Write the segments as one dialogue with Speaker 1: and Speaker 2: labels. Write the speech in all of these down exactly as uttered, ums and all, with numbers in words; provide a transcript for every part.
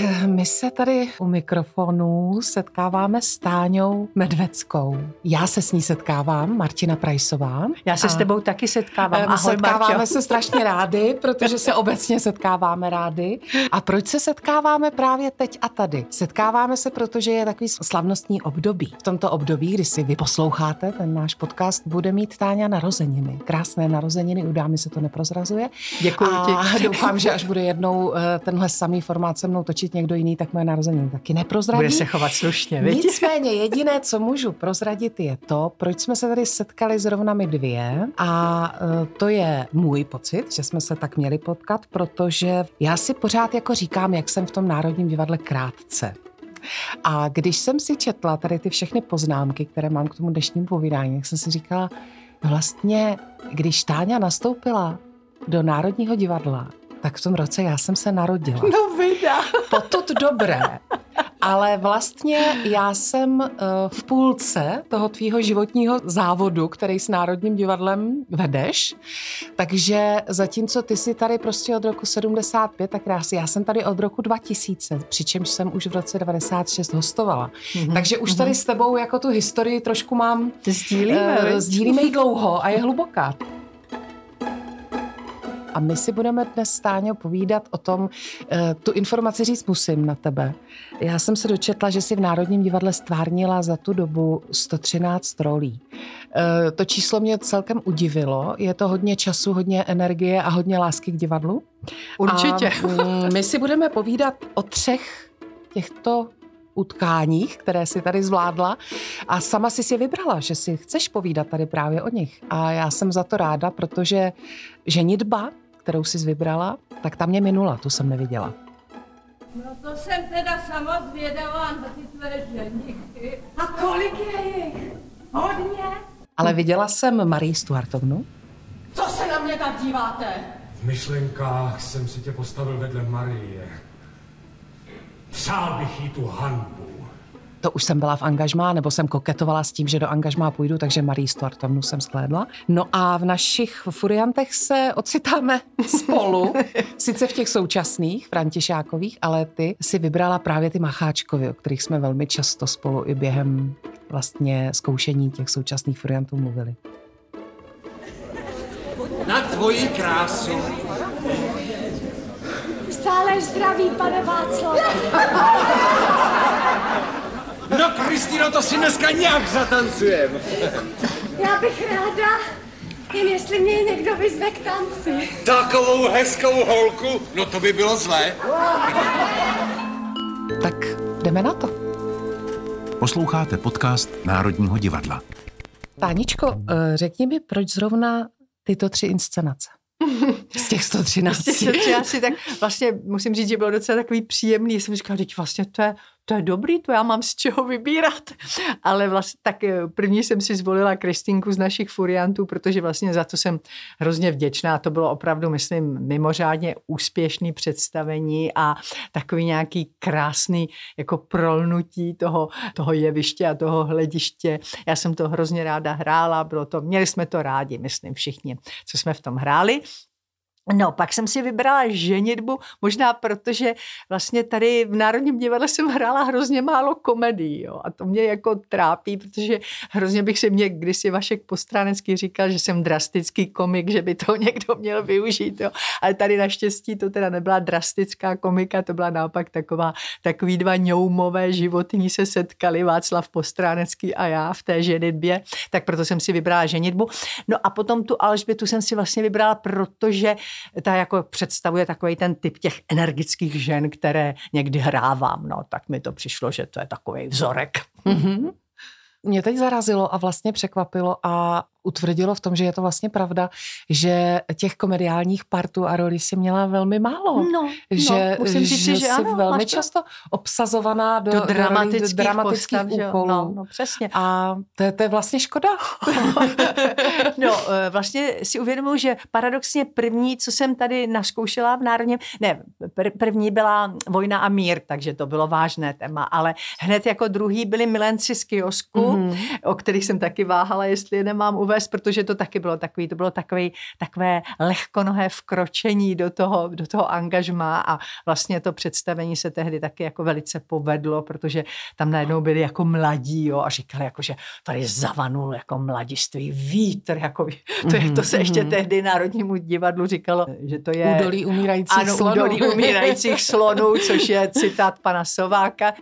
Speaker 1: my se tady u mikrofonu setkáváme s Táňou Medveckou. Já se s ní setkávám, Martina Prajsová.
Speaker 2: Já se a s tebou taky setkávám. Ahoj,
Speaker 1: setkáváme
Speaker 2: Marťo.
Speaker 1: se strašně rádi, protože se obecně setkáváme rádi. A proč se setkáváme právě teď a tady? Setkáváme se, protože je takový slavnostní období. V tomto období, kdy si vy posloucháte ten náš podcast, bude mít Táňa narozeniny. Krásné narozeniny, u dámy se to neprozrazuje.
Speaker 2: Děkuji ti.
Speaker 1: A doufám, že až bude jednou tenhle samý formát se mnou točit někdo jiný, tak moje narozeniny taky neprozradí.
Speaker 2: Bude se chovat slušně, viď?
Speaker 1: Nicméně jediné, co můžu prozradit, je to, proč jsme se tady setkali zrovna my dvě. A to je můj pocit, že jsme se tak měli potkat, protože já si pořád jako říkám, jak jsem v tom Národním divadle krátce. A když jsem si četla tady ty všechny poznámky, které mám k tomu dnešnímu povídání, tak jsem si říkala, vlastně, když Táňa nastoupila do Národního divadla, tak v tom roce já jsem se narodila.
Speaker 2: No vida.
Speaker 1: Potud dobré. Ale vlastně já jsem uh, v půlce toho tvýho životního závodu, který s Národním divadlem vedeš. Takže zatímco ty jsi tady prostě od roku sedmdesát pět, tak já jsem tady od roku dva tisíce, přičemž jsem už v roce devadesát šest hostovala. Mm-hmm. Takže už tady s tebou jako tu historii trošku mám...
Speaker 2: Sdílíme.
Speaker 1: Uh, sdílíme ji dlouho a je hluboká. A my si budeme dnes, Táňo, povídat o tom, tu informaci říct musím na tebe. Já jsem se dočetla, že jsi v Národním divadle stvárnila za tu dobu sto třináct rolí. To číslo mě celkem udivilo. Je to hodně času, hodně energie a hodně lásky k divadlu.
Speaker 2: Určitě.
Speaker 1: A my si budeme povídat o třech těchto utkáních, které si tady zvládla a sama si si vybrala, že si chceš povídat tady právě o nich. A já jsem za to ráda, protože ženitba, kterou jsi vybrala, tak ta mě minula, tu jsem neviděla.
Speaker 3: No to jsem teda sama zvědavá na ty tvé ženichy. A kolik je jich? Hodně?
Speaker 1: Ale viděla jsem Marii Stuartovnu.
Speaker 3: Co se na mě tak díváte?
Speaker 4: V myšlenkách jsem si tě postavil vedle Marie. Přál bych jí tu hanbu.
Speaker 1: To už jsem byla v angažmá, nebo jsem koketovala s tím, že do angažmá půjdu, takže Marii Stuartovnu jsem shlédla. No a v našich furiantech se ocitáme spolu, sice v těch současných Františákových, ale ty si vybrala právě ty Macháčkovi, o kterých jsme velmi často spolu i během vlastně zkoušení těch současných furiantů mluvili.
Speaker 5: Na tvoji krásu.
Speaker 3: Stále zdraví, pane Václav.
Speaker 5: No, Kristýno, to si dneska nějak zatancujem.
Speaker 3: Já bych ráda, jen jestli mě někdo vyzve k tanci.
Speaker 5: Takovou hezkou holku, no to by bylo zlé.
Speaker 1: Tak jdeme na to.
Speaker 6: Posloucháte podcast Národního divadla.
Speaker 1: Táničko, řekni mi, proč zrovna tyto tři inscenace? Z těch sto třináct.
Speaker 2: Z těch sto třináct, tak vlastně musím říct, že bylo docela takový příjemný. Jsem říkala, teď vlastně to je, to je dobrý, to já mám z čeho vybírat. Ale vlastně tak první jsem si zvolila Kristýnku z našich furiantů, protože vlastně za to jsem hrozně vděčná. To bylo opravdu, myslím, mimořádně úspěšný představení a takový nějaký krásný jako prolnutí toho, toho jeviště a toho hlediště. Já jsem to hrozně ráda hrála, bylo to, měli jsme to rádi, myslím všichni, co jsme v tom hráli. No, pak jsem si vybrala ženitbu, možná protože vlastně tady v Národním divadle jsem hrála hrozně málo komedií, jo, a to mě jako trápí, protože hrozně bych si mě kdysi Vašek Postránecký říkal, že jsem drastický komik, že by to někdo měl využít, jo, ale tady naštěstí to teda nebyla drastická komika, to byla naopak taková, takový dva ňoumové životní se setkali, Václav Postránecký a já v té ženitbě, tak proto jsem si vybrala ženitbu. No a potom tu Alžbětu jsem si vlastně vybrala, protože ta jako představuje takový ten typ těch energických žen, které někdy hrávám. No, tak mi to přišlo, že to je takový vzorek.
Speaker 1: Mm-hmm. Mě teď zarazilo a vlastně překvapilo a utvrdilo v tom, že je to vlastně pravda, že těch komediálních partů a rolí si měla velmi málo.
Speaker 2: No,
Speaker 1: že,
Speaker 2: no musím říct, že,
Speaker 1: že
Speaker 2: ano,
Speaker 1: jsi velmi často obsazovaná do,
Speaker 2: do
Speaker 1: do
Speaker 2: dramatických,
Speaker 1: do dramatických
Speaker 2: postav,
Speaker 1: úkolů.
Speaker 2: No, no, přesně.
Speaker 1: A to, to je vlastně škoda.
Speaker 2: No, vlastně si uvědomuji, že paradoxně první, co jsem tady naskoušela v Národním, ne, pr- první byla Vojna a mír, takže to bylo vážné téma, ale hned jako druhý byli Milenci z kiosku, mm-hmm. o kterých jsem taky váhala, jestli je nemám uvést uvést, protože to taky bylo takový, to bylo takový, takové lehkonohé vkročení do toho, do toho angažmá a vlastně to představení se tehdy taky jako velice povedlo, protože tam najednou byli jako mladí, jo, a říkali jako, že tady zavanul jako mladiství vítr, jako to, je, to se ještě tehdy Národnímu divadlu říkalo, že to je
Speaker 1: Údolí umírajících
Speaker 2: ano,
Speaker 1: slonů.
Speaker 2: Údolí umírajících slonů, což je citát pana Sováka.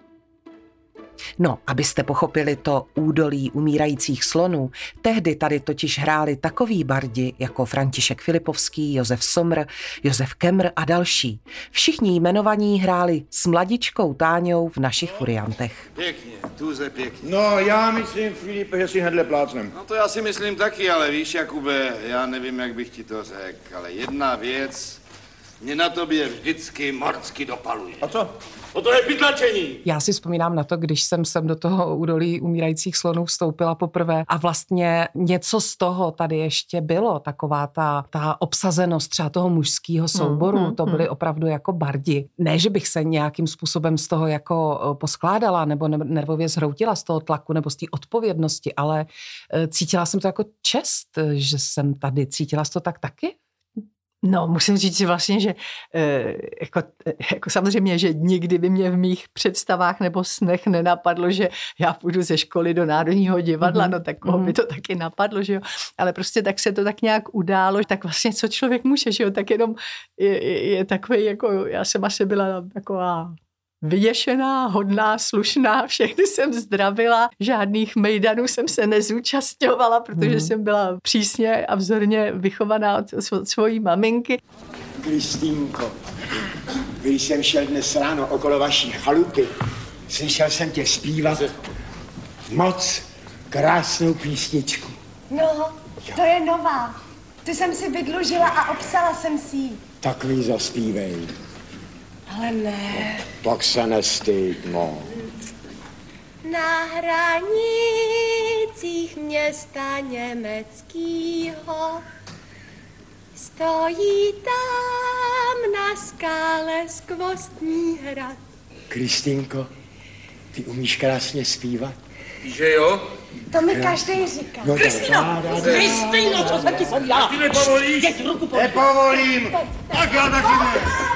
Speaker 1: No, abyste pochopili to údolí umírajících slonů, tehdy tady totiž hráli takoví bardi jako František Filipovský, Josef Somr, Josef Kemr a další. Všichni jmenovaní hráli s mladičkou Táňou v našich furiantech.
Speaker 7: Pěkně, tuze pěkně.
Speaker 8: No, já myslím, Filipe, že si hnedle plácnem.
Speaker 7: No to já si myslím taky, ale víš, Jakube, já nevím, jak bych ti to řekl, ale jedna věc mě na tobě vždycky morsky dopaluje.
Speaker 8: A co?
Speaker 7: O to je pytlačení.
Speaker 1: Já si vzpomínám na to, když jsem sem do toho údolí umírajících slonů vstoupila poprvé a vlastně něco z toho tady ještě bylo, taková ta, ta obsazenost třeba toho mužského souboru, mm, mm, to byly opravdu jako bardi. Ne, že bych se nějakým způsobem z toho jako poskládala nebo nervově zhroutila z toho tlaku nebo z té odpovědnosti, ale cítila jsem to jako čest, že jsem tady. Cítila jsi to tak taky?
Speaker 2: No, musím říct si vlastně, že e, jako, jako samozřejmě, že nikdy by mě v mých představách nebo snech nenapadlo, že já půjdu ze školy do Národního divadla, mm-hmm. no tak koho by to taky napadlo, že jo, ale prostě tak se to tak nějak událo, tak vlastně co člověk může, že jo, tak jenom je, je, je takový, jako já jsem asi byla taková vyděšená, hodná, slušná, všechny jsem zdravila, žádných mejdanů jsem se nezúčastňovala, protože mm. jsem byla přísně a vzorně vychovaná od svojí maminky.
Speaker 8: Kristýnko, když jsem šel dnes ráno okolo vaší chalupy, slyšel jsem tě zpívat moc krásnou písničku.
Speaker 9: No, to je nová. Tu jsem si vydlužila a obsala jsem si ji.
Speaker 8: Tak mi zaspívej.
Speaker 9: Ale ne.
Speaker 8: Tak se nestyď, no.
Speaker 9: Na hranicích města německého stojí tam na skále skvostný hrad.
Speaker 8: Kristýnko, ty umíš krásně zpívat?
Speaker 7: Že jo?
Speaker 9: To mi každý říká.
Speaker 8: No,
Speaker 3: Kristýno, Kristýno, co jsem ti povídala?
Speaker 7: Ty nepovolíš?
Speaker 3: Teď ruku pojď.
Speaker 8: Nepovolím!
Speaker 7: Tak já taky ne.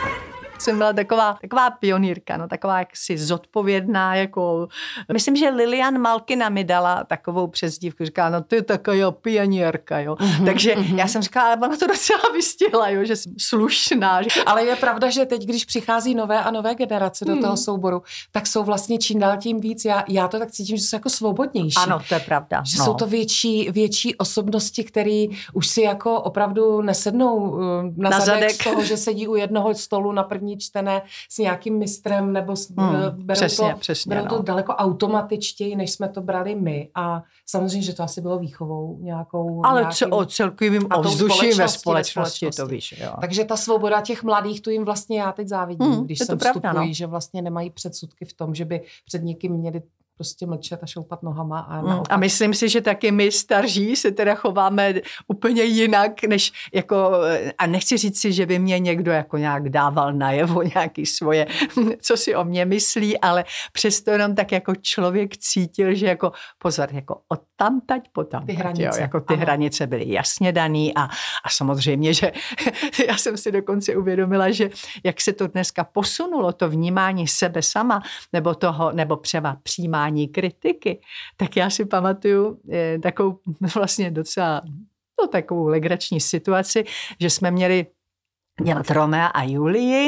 Speaker 2: Jsem byla taková, taková pionýrka, no, taková jaksi zodpovědná, jako, myslím, že Lilian Malkina mi dala takovou přezdívku, říkala, no ty taková pionýrka, jo. Mm-hmm, Takže mm-hmm. já jsem říkala, ale ona to docela vystihla, jo, že jsem slušná. Že...
Speaker 1: Ale je pravda, že teď, když přichází nové a nové generace do hmm. toho souboru, tak jsou vlastně čím dál tím víc. Já, já to tak cítím, že jsou jako svobodnější.
Speaker 2: Ano, to je pravda.
Speaker 1: Že
Speaker 2: no.
Speaker 1: jsou to větší, větší osobnosti, které už si jako opravdu nesednou na, na zadek, zadek z toho, že sedí u jednoho stolu na první čtené s nějakým mistrem, nebo s, hmm, berou,
Speaker 2: přesně,
Speaker 1: to,
Speaker 2: přesně,
Speaker 1: berou
Speaker 2: no.
Speaker 1: to daleko automatičtěji, než jsme to brali my. A samozřejmě, že to asi bylo výchovou nějakou...
Speaker 2: Ale
Speaker 1: nějakým,
Speaker 2: o celkovým ovzduší ve společnosti, to víš. Jo.
Speaker 1: Takže ta svoboda těch mladých, tu jim vlastně já teď závidím, hmm, když sem
Speaker 2: pravda,
Speaker 1: vstupují,
Speaker 2: no.
Speaker 1: že vlastně nemají předsudky v tom, že by před někým měli prostě mlčet a šoupat nohama. A,
Speaker 2: mm, a myslím si, že taky my starží se teda chováme úplně jinak, než jako, a nechci říct si, že by mě někdo jako nějak dával najevo nějaký svoje, co si o mě myslí, ale přesto jenom tak jako člověk cítil, že jako pozor, jako od tamtať po tamtať,
Speaker 1: ty hranice.
Speaker 2: Jo, jako ty Aha. hranice byly jasně daný a, a samozřejmě, že já jsem si dokonce uvědomila, že jak se to dneska posunulo, to vnímání sebe sama, nebo toho, nebo třeba přijímání kritiky, tak já si pamatuju eh, takovou vlastně docela no, takovou legrační situaci, že jsme měli dělat Romea a Julii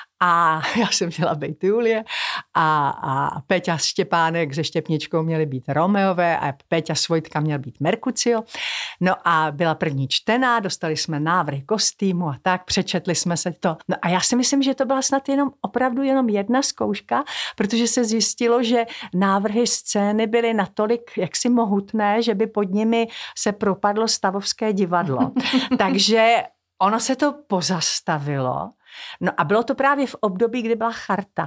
Speaker 2: a já jsem měla být Julie a, a Péťa Štěpánek se Štěpničkou měli být Romeové a Péťa Svojtka měl být Merkucio. No a byla první čtená, dostali jsme návrhy kostýmu a tak, přečetli jsme se to. No a já si myslím, že to byla snad jenom opravdu jenom jedna zkouška, protože se zjistilo, že návrhy scény byly natolik jaksi mohutné, že by pod nimi se propadlo Stavovské divadlo. Takže ono se to pozastavilo. No a bylo to právě v období, kdy byla charta.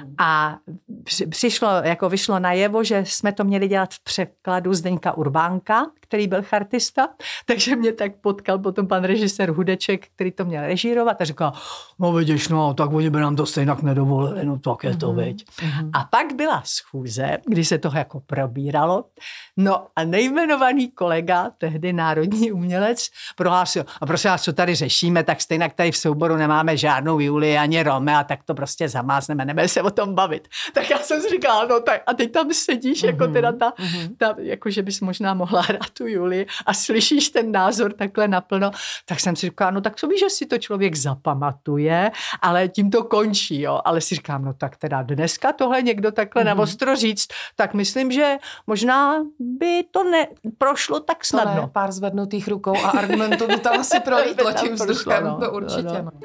Speaker 2: A přišlo, jako vyšlo najevo, že jsme to měli dělat v překladu Zdeňka Urbánka, který byl chartista, takže mě tak potkal potom pan režisér Hudeček, který to měl režírovat a říkal, no vidíš, no, tak oni by nám to stejně nedovolili, no tak je to, viď. Mm-hmm. A pak byla schůze, kdy se toho jako probíralo, no a nejmenovaný kolega, tehdy národní umělec, prohlásil, a prosím vás, co tady řešíme, tak stejně tady v souboru nemáme žádnou Julii ani Romea, tak to prostě zamázneme, nebudeme se o tom bavit. Tak já jsem si říkala, no tak a teď tam sedíš, mm-hmm. jako teda ta, mm-hmm. ta, jako že bys možná mohla hrát tu Julii a slyšíš ten názor takhle naplno, tak jsem si říkala, no tak co víš, že si to člověk zapamatuje, ale tím to končí, jo, ale si říkám, no tak teda dneska tohle někdo takhle mm-hmm. navostro říct, tak myslím, že možná by to neprošlo tak snadno.
Speaker 1: To ne, pár zvednutých rukou a argumentů by tam asi prolítlo tím vzduchem, no, to určitě. No, no.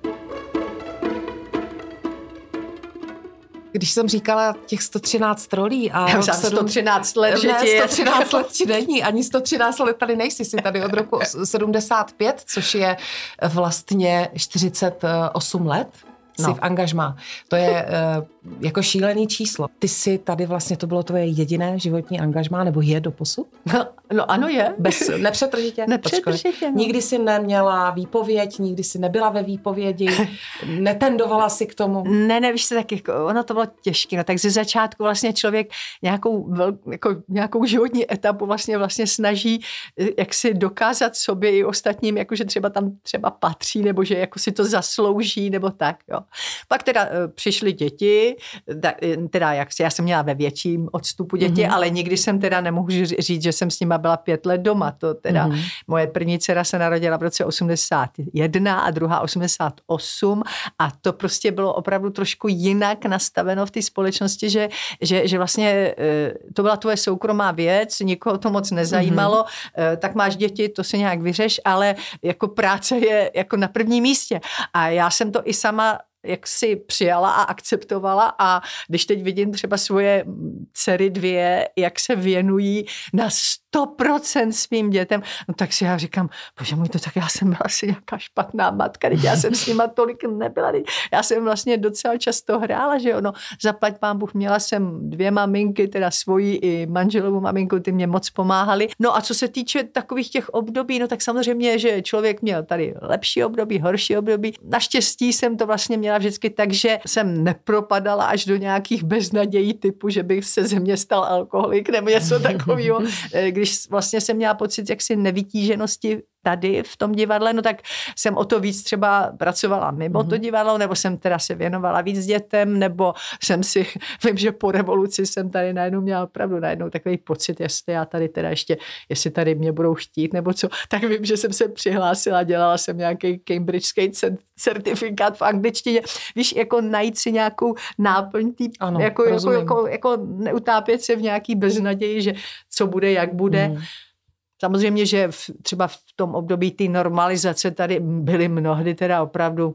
Speaker 1: Když jsem říkala těch sto třináct rolí a
Speaker 2: já sedm... sto třináct let, že ti
Speaker 1: sto třináct let ti není, ani sto třináct let tady nejsi, jsi tady od roku sedmdesát pět, což je vlastně čtyřicet osm let. Jsi no. v angažmá. To je uh, jako šílený číslo. Ty jsi tady vlastně, to bylo tvoje jediné životní angažmá, nebo je doposud?
Speaker 2: No, no ano je.
Speaker 1: Bez, nepřetržitě?
Speaker 2: Nepřetržitě. No.
Speaker 1: Nikdy jsi neměla výpověď, nikdy jsi nebyla ve výpovědi, netendovala si k tomu?
Speaker 2: Ne, ne, víš se, tak jako, ono to bylo těžké. No, tak ze začátku vlastně člověk nějakou, vel, jako, nějakou životní etapu vlastně, vlastně snaží jak si dokázat sobě i ostatním, jako, že třeba tam třeba patří, nebo že jako si to zaslouží, nebo tak, jo. Pak teda uh, přišly děti, da, teda jak já jsem měla ve větším odstupu děti, mm-hmm. ale nikdy jsem teda nemohu říct, že jsem s nima byla pět let doma. To teda mm-hmm. moje první dcera se narodila v roce osmdesát jedna a druhá osmdesát osm a to prostě bylo opravdu trošku jinak nastaveno v té společnosti, že, že, že vlastně uh, to byla tvoje soukromá věc, nikoho to moc nezajímalo, mm-hmm. uh, tak máš děti, to se nějak vyřeš, ale jako práce je jako na prvním místě. A já jsem to i sama jak si přijala a akceptovala a když teď vidím třeba svoje dcery dvě, jak se věnují na sto procent svým dětem, no tak si já říkám, bože můj, to tak já jsem byla asi nějaká špatná matka, já jsem s nima tolik nebyla, já jsem vlastně docela často hrála, že jo, no zaplať pán Bůh, měla jsem dvě maminky, teda svoji i manželovou maminku, ty mě moc pomáhali. No a co se týče takových těch období, no tak samozřejmě, že člověk měl tady lepší období, horší období. Naštěstí jsem to vlastně měla vždycky tak, že jsem nepropadala až do nějakých beznadějí typu, že bych se ze mě stal alkoholik nebo něco takového. Když vlastně jsem měla pocit jaksi nevytíženosti tady v tom divadle, no tak jsem o to víc třeba pracovala mimo mm-hmm. to divadlo, nebo jsem teda se věnovala víc dětem, nebo jsem si, vím, že po revoluci jsem tady najednou měla opravdu najednou takový pocit, jestli já tady teda ještě, jestli tady mě budou chtít, nebo co, tak vím, že jsem se přihlásila, dělala jsem nějaký cambridgeský certifikát v angličtině. Víš, jako najít si nějakou náplň tý, ano, jako, jako, jako, jako neutápět se v nějaký beznaději, že co bude, jak bude. Mm. Samozřejmě, že v, třeba v tom období té normalizace tady byly mnohdy teda opravdu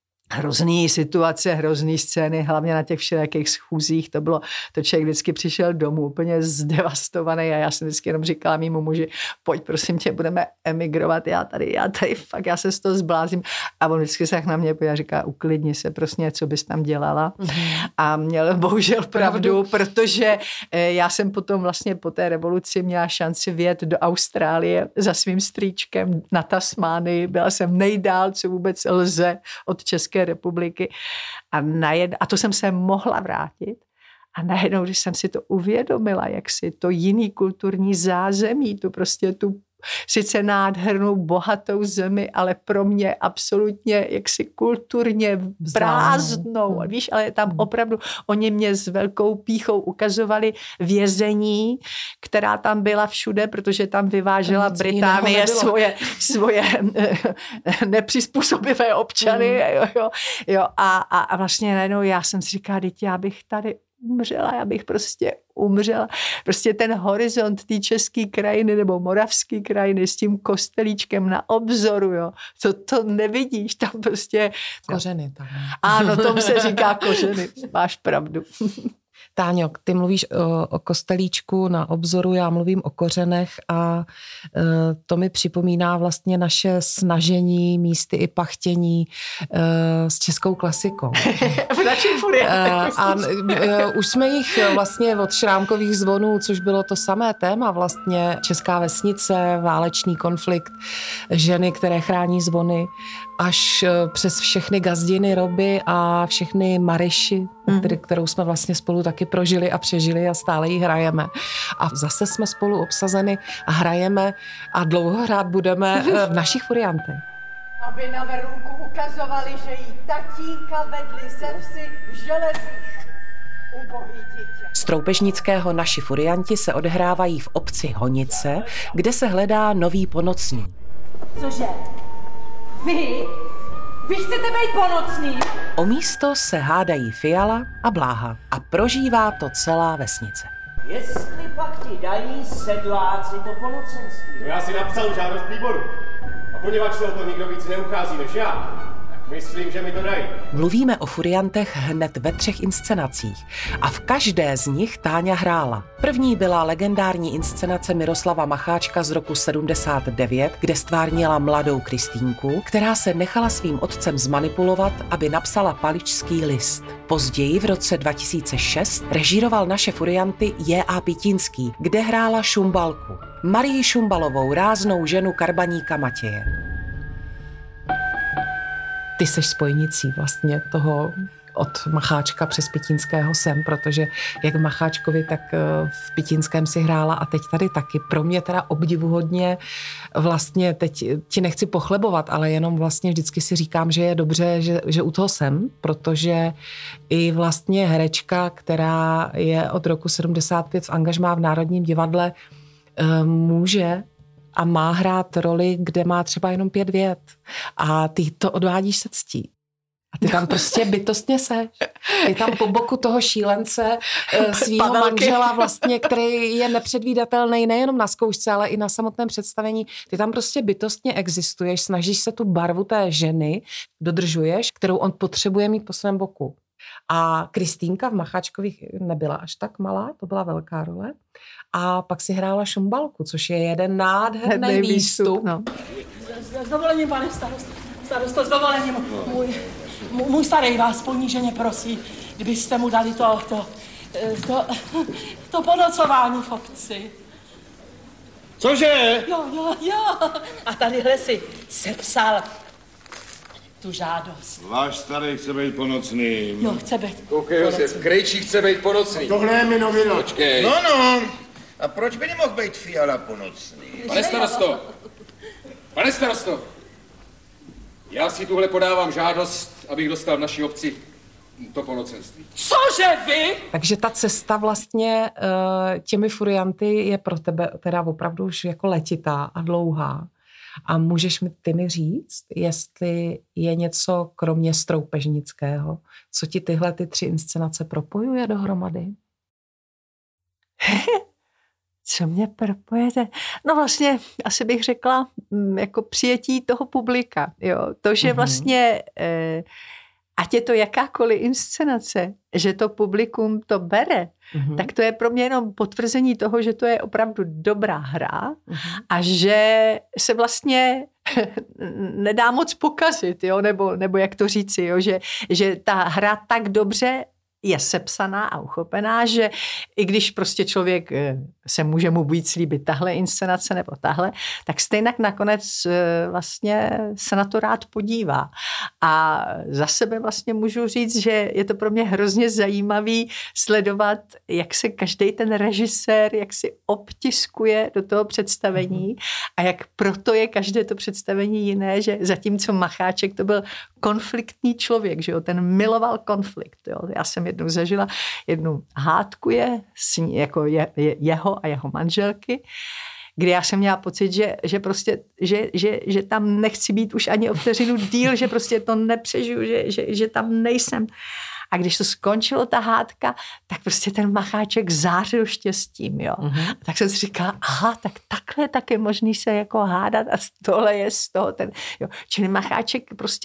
Speaker 2: hrozný situace, hrozný scény, hlavně na těch všelijakých schůzích, to bylo, to člověk vždycky přišel domů úplně zdevastovaný a já jsem vždycky jenom říkala mému muži, pojď prosím tě, budeme emigrovat, já tady, já tady fakt, já se z toho zblázím a on vždycky se na mě pojď a říká, uklidni se, prostě, co bys tam dělala mm-hmm. a měl bohužel pravdu, protože já jsem potom vlastně po té revoluci měla šanci vyjet do Austrálie za svým strýčkem na Tasmánii, byla jsem nejdál, co vůbec lze od České republiky a, najed, a to jsem se mohla vrátit a najednou, když jsem si to uvědomila, jak si to jiný kulturní zázemí, tu prostě tu sice nádhernou, bohatou zemi, ale pro mě absolutně jaksi kulturně prázdnou. Hmm. Víš, ale tam opravdu oni mě s velkou pýchou ukazovali vězení, která tam byla všude, protože tam vyvážela Británie svoje, svoje nepřizpůsobivé občany. Hmm. Jo, jo, jo. A, a, a vlastně najednou já jsem si říkala, teď já bych tady umřela, já bych prostě umřela. Prostě ten horizont té české krajiny nebo moravské krajiny s tím kostelíčkem na obzoru, jo, to, to nevidíš, tam prostě...
Speaker 1: Kořeny tam.
Speaker 2: Ano, tomu se říká kořeny, máš pravdu.
Speaker 1: Táňo, ty mluvíš o, o kostelíčku na obzoru, já mluvím o kořenech a uh, to mi připomíná vlastně naše snažení, místy i pachtění uh, s českou klasikou.
Speaker 2: V našich furiantech.
Speaker 1: Uh, a uh, už jsme jich vlastně od Šrámkových zvonů, což bylo to samé téma, vlastně česká vesnice, válečný konflikt, ženy, které chrání zvony, až přes všechny gazdiny, roby a všechny Maryši, mm. kterou jsme vlastně spolu taky prožili a přežili a stále ji hrajeme. A zase jsme spolu obsazeny a hrajeme a dlouho hrát budeme v našich furiantech.
Speaker 3: Aby na Verunku ukazovali, že jí tatínka vedli ze vsi v železích. Ubohý dítě.
Speaker 1: Z troupežnického Naši furianti se odehrávají v obci Honice, kde se hledá nový ponocný.
Speaker 3: Cože? Vy? Vy chcete být ponocný?
Speaker 1: O místo se hádají Fiala a Bláha a prožívá to celá vesnice.
Speaker 10: Jestli pak ti dají sedláci to ponocenství.
Speaker 11: No já si napsal žádost výboru. A poněvadž se o to nikdo víc neuchází než já, tak myslím, že mi to dají.
Speaker 1: Mluvíme o furiantech hned ve třech inscenacích a v každé z nich Táňa hrála. První byla legendární inscenace Miroslava Macháčka z roku sedmdesát devět, kde stvárnila mladou Kristýnku, která se nechala svým otcem zmanipulovat, aby napsala Paličský list. Později v roce dva tisíce šest režíroval Naše furianty J A Pitínský, kde hrála Šumbalku. Marii Šumbalovou, ráznou ženu karbaníka Matěje. Ty seš spojnicí vlastně toho od Macháčka přes Pitínského sem, protože jak v Macháčkovi, tak v Pitínském si hrála a teď tady taky. Pro mě teda obdivuhodně vlastně, teď ti nechci pochlebovat, ale jenom vlastně vždycky si říkám, že je dobře, že, že u toho jsem, protože i vlastně herečka, která je od roku sedmdesát pět v angažmá v Národním divadle, může a má hrát roli, kde má třeba jenom pět vět. A ty to odvádíš se ctí. A ty tam prostě bytostně seš. Ty tam po boku toho šílence svýho manžela vlastně, který je nepředvídatelný nejenom na zkoušce, ale i na samotném představení. Ty tam prostě bytostně existuješ, snažíš se tu barvu té ženy, dodržuješ, kterou on potřebuje mít po svém boku. A Kristýnka v Macháčkových nebyla až tak malá, to byla velká role. A pak si hrála Šumbalku, což je jeden nádherný výstup. No.
Speaker 12: S dovolením, pane starosto, starosto, s dovolením. Můj, můj starý vás poníženě prosí, kdybyste mu dali to, to, to, to ponocování v obci.
Speaker 5: Cože?
Speaker 12: Jo, jo, jo. A tadyhle si sepsal tu žádost.
Speaker 7: Váš starý chce být ponocný.
Speaker 12: Jo, chce být.
Speaker 5: Koukej, Josef, Krejčí chce být ponocný.
Speaker 8: Tohle je mi novina.
Speaker 5: Počkej.
Speaker 13: No, no. A proč by nemohl být Fiala ponocný?
Speaker 5: Pane starosto, pane starosto, já si tuhle podávám žádost, abych dostal v naší obci to ponocenství.
Speaker 12: Cože vy?
Speaker 1: Takže ta cesta vlastně těmi furianty je pro tebe teda opravdu už jako letitá a dlouhá. A můžeš mi ty mi říct, jestli je něco kromě stroupežnického, co ti tyhle ty tři inscenace propojuje dohromady?
Speaker 2: Co mě propojete? No vlastně asi bych řekla jako přijetí toho publika. Jo? To, že vlastně, eh, ať je to jakákoliv inscenace, že to publikum to bere, mm-hmm. tak to je pro mě jenom potvrzení toho, že to je opravdu dobrá hra mm-hmm. a že se vlastně nedá moc pokazit, jo? Nebo, nebo jak to říci, jo? Že, že ta hra tak dobře je sepsaná a uchopená, že i když prostě člověk se může mu víc líbit tahle inscenace nebo tahle, tak stejnak nakonec vlastně se na to rád podívá. A za sebe vlastně můžu říct, že je to pro mě hrozně zajímavý sledovat, jak se každý ten režisér, jak si obtiskuje do toho představení a jak proto je každé to představení jiné, že zatímco Macháček to byl konfliktní člověk, že jo, ten miloval konflikt, jo. Já jsem jednou zažila jednu hádku je, jako je, je, jeho a jeho manželky, kdy já jsem měla pocit, že, že prostě, že, že, že tam nechci být už ani o vteřinu díl, že prostě to nepřežiju, že, že, že tam nejsem. A když to skončilo, ta hádka, tak prostě ten Macháček zářil štěstím, jo. Mm-hmm. Tak jsem si říkala, aha, tak takhle tak je možný se jako hádat a tohle je z toho ten, jo. Čili Macháček prostě to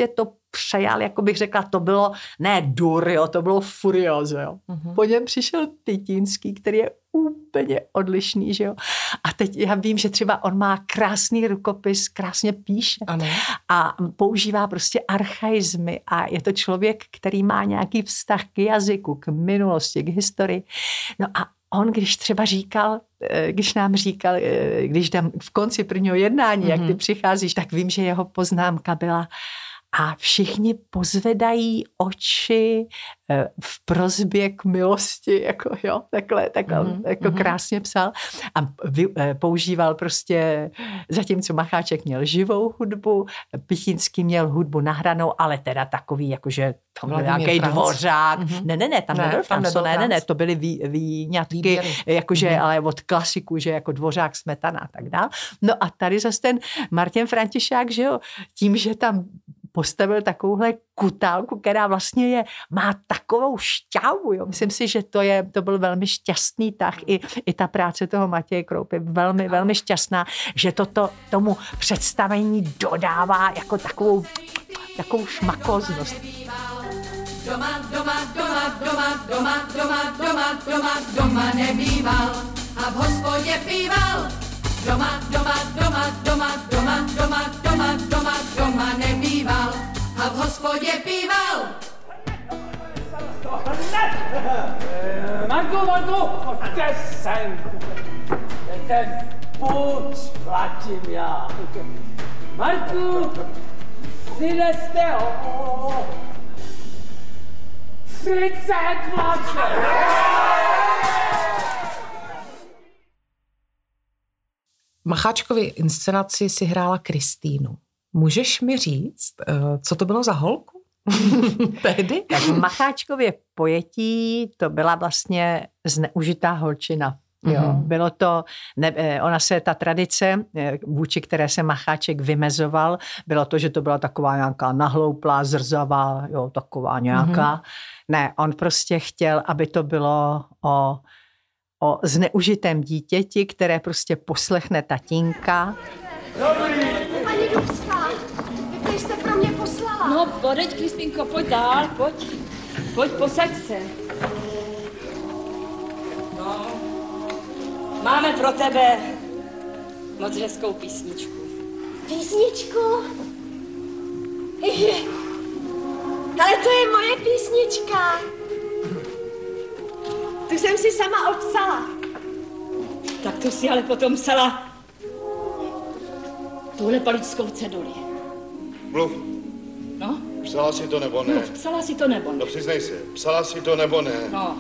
Speaker 2: přejal, jako bych řekla, to bylo ne dur, jo, to bylo furiozo, jo. Mm-hmm. Po něm přišel Tytínský, který je úplně odlišný, že jo. A teď já vím, že třeba on má krásný rukopis, krásně píše
Speaker 1: ano.
Speaker 2: a používá prostě archaizmy a je to člověk, který má nějaký vztah k jazyku, k minulosti, k historii. No a on, když třeba říkal, když nám říkal, když tam v konci prvního jednání, mm-hmm. jak ty přicházíš, tak vím, že jeho poznámka byla a všichni pozvedají oči v prosbě k milosti, jako jo, takhle, takhle mm-hmm. jako krásně psal a vy, používal prostě, zatímco Macháček měl živou hudbu, Pytínský měl hudbu nahranou, ale teda takový, jakože tam byl nějaký dvořák. Mm-hmm. Ne, ne, ne, tam ne, nebyl Franc, ne, ne, ne, to byly vý, výňatky, jakože, mm-hmm. ale od klasiku, že jako Dvořák, Smetana a tak dál. No a tady zase ten Martin Františák, že jo, tím, že tam postavil takovouhle kutálku, která vlastně je, má takovou šťávu. Jo. Myslím si, že to, je, to byl velmi šťastný tah. I, i ta práce toho Matěje Kroupy velmi, velmi šťastná, že toto tomu představení dodává jako takovou, takovou šmakoznost.
Speaker 3: Doma, doma, doma, doma, doma, doma, doma, doma, doma nebýval a v hospodě píval. Doma, doma, doma, doma, doma, doma, doma, doma, doma nebýval a v hospodě píval.
Speaker 14: Marku, Marku, pojďte sem. Ten půjč platím já. Marku, přineste ho. Třicet vláček.
Speaker 1: Macháčkovi inscenaci si hrála Kristýnu. Můžeš mi říct, co to bylo za holku? Tehdy?
Speaker 2: Tak v Macháčkově pojetí to byla vlastně zneužitá holčina. Jo, mm-hmm. Bylo to, ne, ona se, ta tradice, vůči které se Macháček vymezoval, bylo to, že to byla taková nějaká nahlouplá, zrzavá, jo, taková nějaká. Mm-hmm. Ne, on prostě chtěl, aby to bylo o o zneužitém dítěti, které prostě poslechne tatínka.
Speaker 9: Dobrý! Paní Dubská, vy jste pro mě poslala.
Speaker 12: No, podeď, Kristýnko, pojď dál, pojď. Pojď, posaď se. No, máme pro tebe moc hezkou písničku.
Speaker 9: Písničku? Ale to je moje písnička. Tu jsem si sama obsala.
Speaker 12: Tak to si ale potom psala tuhle palickou ceduli.
Speaker 7: Mluv.
Speaker 12: No?
Speaker 7: Psala si to nebo ne?
Speaker 12: Mluv, psala si to nebo ne?
Speaker 7: No přiznej se, psala si to nebo ne?
Speaker 12: No.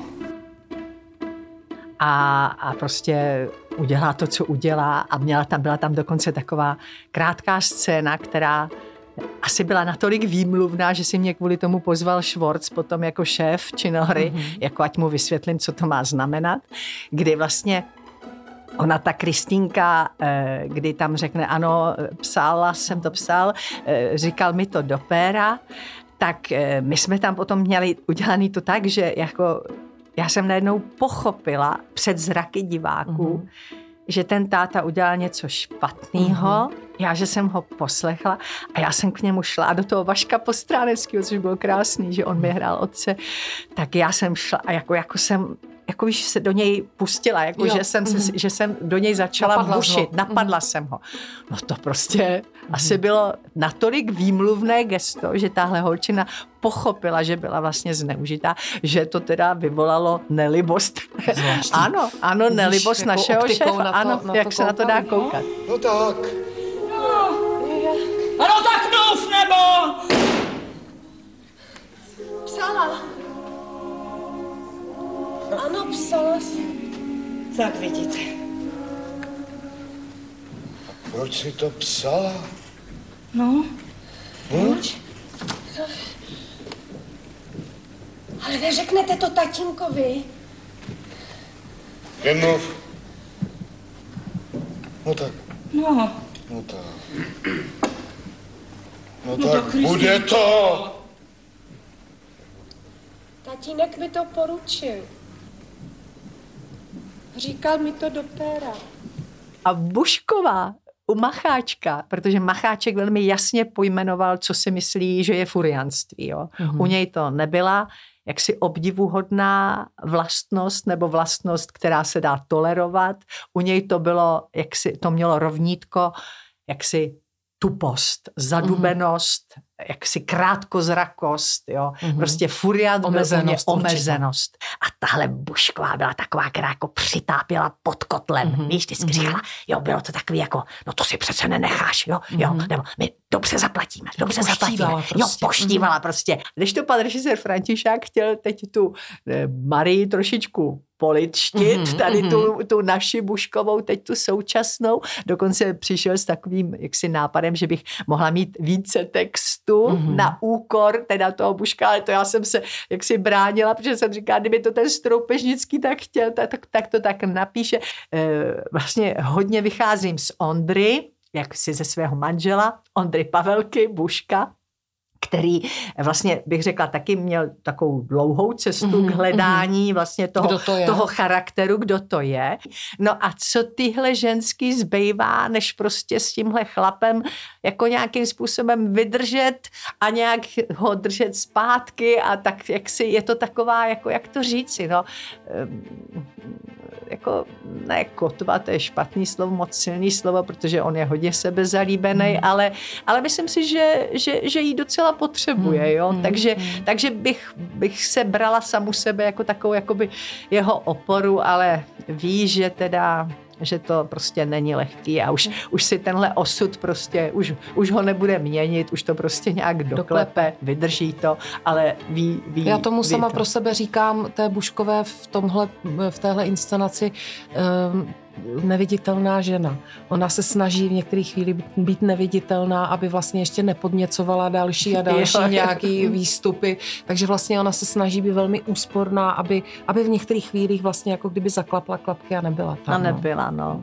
Speaker 2: A, a prostě udělá to, co udělá a měla tam, byla tam dokonce taková krátká scéna, která asi byla natolik výmluvná, že si mě kvůli tomu pozval Švorc potom jako šéf činohry, mm-hmm. jako ať mu vysvětlím, co to má znamenat, kdy vlastně ona, ta Kristýnka, kdy tam řekne, ano, psala jsem to psal, říkal mi to do péra, tak my jsme tam potom měli udělaný to tak, že jako já jsem najednou pochopila před zraky diváků, mm-hmm. že ten táta udělal něco špatného, mm-hmm. já, že jsem ho poslechla a já jsem k němu šla a do toho Vaška Postráneckého, což bylo krásný, že on mi hrál otce, tak já jsem šla a jako, jako jsem, jako víš, se do něj pustila, jako že jsem, mm-hmm. se, že jsem do něj začala napadla bušit, ho. napadla mm-hmm. jsem ho. No to prostě mm-hmm. asi bylo natolik výmluvné gesto, že tahle holčina pochopila, že byla vlastně zneužitá, že to teda vyvolalo nelibost. ano, ano, Víš, nelibost jako našeho šéfa. To, ano, jak se na to dá koukat.
Speaker 7: No tak.
Speaker 12: No, ano, tak mluv, nebo!
Speaker 9: Psala. Ano, psala jsi.
Speaker 12: Tak vidíte.
Speaker 7: A proč jsi to psala?
Speaker 12: No.
Speaker 9: Proč? Ale neřeknete to tatínkovi.
Speaker 7: Jen mluv. No tak.
Speaker 12: No.
Speaker 7: No tak. No, no tak bude to.
Speaker 9: Tatínek mi to poručil. Říkal mi to do péra.
Speaker 2: A Bušková u Macháčka, protože Macháček velmi jasně pojmenoval, co si myslí, že je furianství. Jo. Mm-hmm. U něj to nebyla jaksi obdivuhodná vlastnost nebo vlastnost, která se dá tolerovat. U něj to bylo, jaksi to mělo rovnítko, jaksi tupost, zadubenost, mm-hmm. jaksi krátkozrakost, jo. Mm-hmm. Prostě furiant omezenost, omezenost. A tahle Bušková byla taková, která jako přitápěla pod kotlem. Mm-hmm. Víš, vždycky mm-hmm. říkala, jo, bylo to takový jako, no to si přece nenecháš, jo, mm-hmm. jo, nebo my dobře zaplatíme, dobře zaplatíme. Prostě. Jo, poštívala mm-hmm. prostě. Když to pan režisér Františák chtěl teď tu eh, Marii trošičku politštit, mm-hmm, tady tu, tu naši Buškovou, teď tu současnou. Dokonce přišel s takovým jaksi nápadem, že bych mohla mít více textu mm-hmm. na úkor teda toho Buška, ale to já jsem se jaksi bránila, protože jsem říkala, kdyby to ten Stroupežnický tak chtěl, tak, tak, tak to tak napíše. E, vlastně hodně vycházím z Ondry, jak si ze svého manžela, Ondry Pavelky, Buška, který vlastně bych řekla taky měl takovou dlouhou cestu mm-hmm, k hledání vlastně toho, to toho charakteru, kdo to je. No a co tyhle ženský zbývá, než prostě s tímhle chlapem jako nějakým způsobem vydržet a nějak ho držet zpátky a tak jak si je to taková, jako jak to říci, no, jako ne kotva, to je špatný slovo, moc silný slovo, protože on je hodně sebezalíbený, mm. ale, ale myslím si, že, že, že jí docela potřebuje, jo, mm. takže, mm. takže bych, bych se brala samu sebe jako takovou jakoby jeho oporu, ale ví, že teda že to prostě není lehký a už, už si tenhle osud prostě, už, už ho nebude měnit, už to prostě nějak doklepe, vydrží to, ale ví, ví
Speaker 1: Já tomu
Speaker 2: ví
Speaker 1: sama
Speaker 2: to.
Speaker 1: pro sebe říkám té Buškové v tomhle, v téhle inscenaci um, neviditelná žena. Ona se snaží v některých chvíli být neviditelná, aby vlastně ještě nepodněcovala další a další jo, nějaký jo. výstupy. Takže vlastně ona se snaží být velmi úsporná, aby, aby v některých chvílích vlastně jako kdyby zaklapla klapky a nebyla tam.
Speaker 2: A nebyla, no.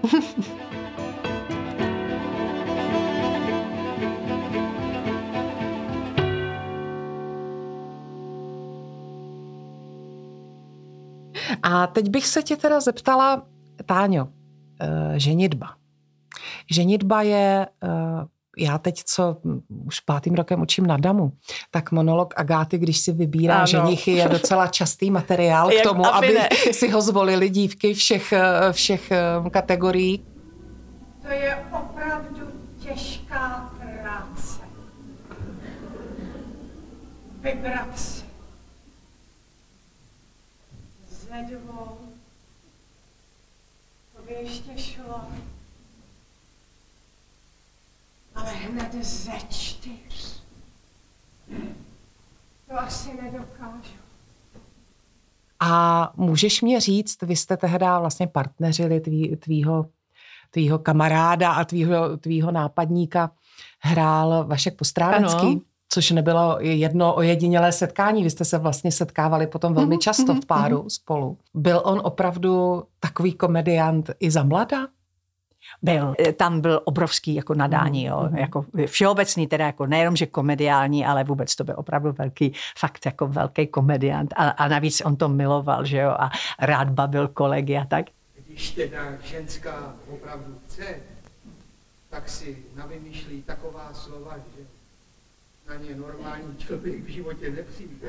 Speaker 1: A teď bych se tě teda zeptala, Táňo, ženitba. Ženitba je, já teď, co už pátým rokem učím na Damu, tak monolog Agáty, když si vybírá ano. ženichy, je docela častý materiál k tomu, aby, aby si ho zvolili dívky všech, všech kategorií.
Speaker 9: To je opravdu těžká práce. Vybrat si ze dvou. To by ještě šlo. Ale hned ze čtyř. To asi nedokážu.
Speaker 1: A můžeš mě říct, vy jste tehdy vlastně partneřili tvý, tvýho, tvýho kamaráda a tvýho, tvýho nápadníka hrál Vašek Postránecký, ano. což nebylo jedno ojedinělé setkání. Vy jste se vlastně setkávali potom velmi často v páru spolu. Byl on opravdu takový komediant i za mlada?
Speaker 2: Byl. Tam byl obrovský jako nadání, jo. Mm. Jako všeobecný, teda jako nejenom, že komediální, ale vůbec to byl opravdu velký, fakt jako velký komediant. A, a navíc on to miloval, že jo, a rád bavil kolegy a tak.
Speaker 15: Když teda ženská opravdu chce, tak si navymýšlí taková slova, že na ně normální člověk v životě nepřijde.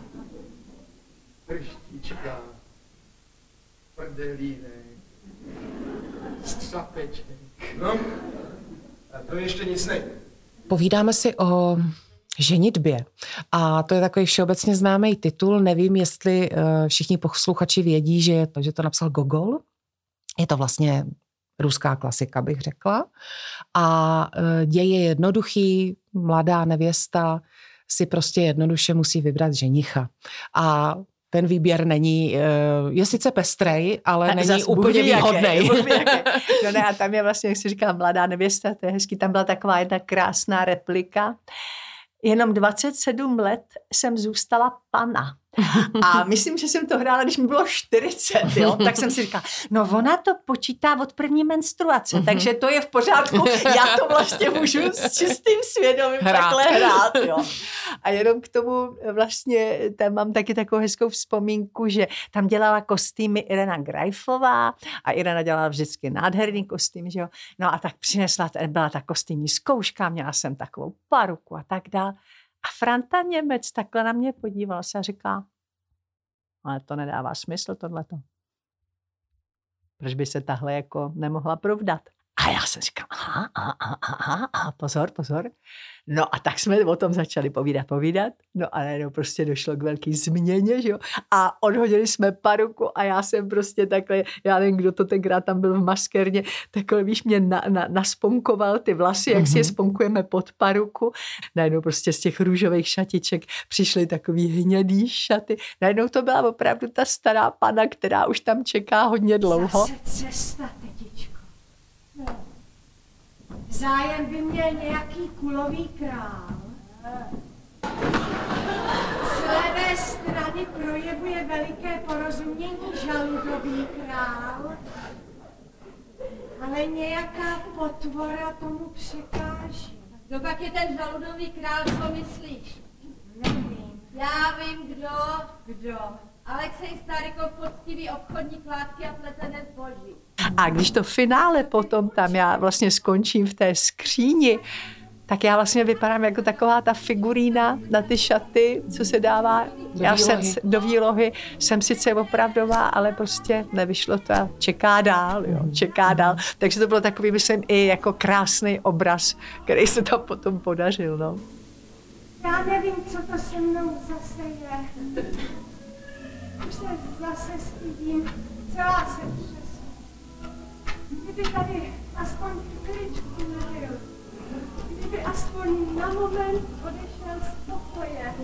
Speaker 15: Prštička, prdelínek, střapeček. No, a to ještě nic nejde.
Speaker 1: Povídáme si o ženitbě. A to je takový všeobecně známý titul. Nevím, jestli všichni posluchači vědí, že, je to, že to napsal Gogol. Je to vlastně ruská klasika, bych řekla. A děj je jednoduchý. Mladá nevěsta si prostě jednoduše musí vybrat ženicha. A ten výběr není, je sice pestrej, ale a není úplně výhodnej.
Speaker 2: No ne, a tam je vlastně, jak si říká, mladá nevěsta, to je hezký, tam byla taková jedna krásná replika. Jenom dvacet sedm let jsem zůstala pana. A myslím, že jsem to hrála, když mi bylo čtyřicet, jo? Tak jsem si říkala, no ona to počítá od první menstruace, mm-hmm. takže to je v pořádku, já to vlastně můžu s čistým svědomím hrát. takhle hrát, jo. A jenom k tomu vlastně, tam mám taky takovou hezkou vzpomínku, že tam dělala kostýmy Irena Greifová a Irena dělala vždycky nádherný kostým, že jo. No a tak přinesla, byla ta kostýmní zkouška, měla jsem takovou paruku a tak dál. A Franta Němec takhle na mě podíval se a říká, ale to nedává smysl tohleto. Proč by se tahle jako nemohla provdat? A já jsem říkal, aha, aha, aha, aha, aha, pozor, pozor. No a tak jsme o tom začali povídat, povídat. No a najednou prostě došlo k velký změně, že jo. A odhodili jsme paruku a já jsem prostě takhle, já nevím, kdo to tenkrát tam byl v maskérně, takhle, víš, mě na, na, nasponkoval ty vlasy, jak mm-hmm. si je sponkujeme pod paruku. Najednou prostě z těch růžových šatiček přišly takový hnědý šaty. Najednou to byla opravdu ta stará pana, která už tam čeká hodně dlouho.
Speaker 9: Zase cesta, tetičko. No. Zájem by měl nějaký kulový král. Z levé strany projevuje veliké porozumění žaludový král, ale nějaká potvora tomu překáží.
Speaker 3: Kdo pak je ten žaludový král, co myslíš?
Speaker 9: Nevím.
Speaker 3: Já vím, kdo.
Speaker 9: Kdo?
Speaker 3: Alexej Starykov, poctivý obchodník látky a pletené zboží.
Speaker 2: A když to finále potom tam já vlastně skončím v té skříni, tak já vlastně vypadám jako taková ta figurína na ty šaty, co se dává do já výlohy. Jsem, do výlohy. Jsem sice opravdová, ale prostě nevyšlo to a čeká dál, jo, čeká dál. Takže to bylo takový, myslím, i jako krásný obraz, který se tam potom podařil, no.
Speaker 9: Já nevím, co to se mnou zase je. Už se zase stydím, celá se třesu. Kdyby tady aspoň chviličku nebyl, kdyby aspoň na moment odešel z pokoje.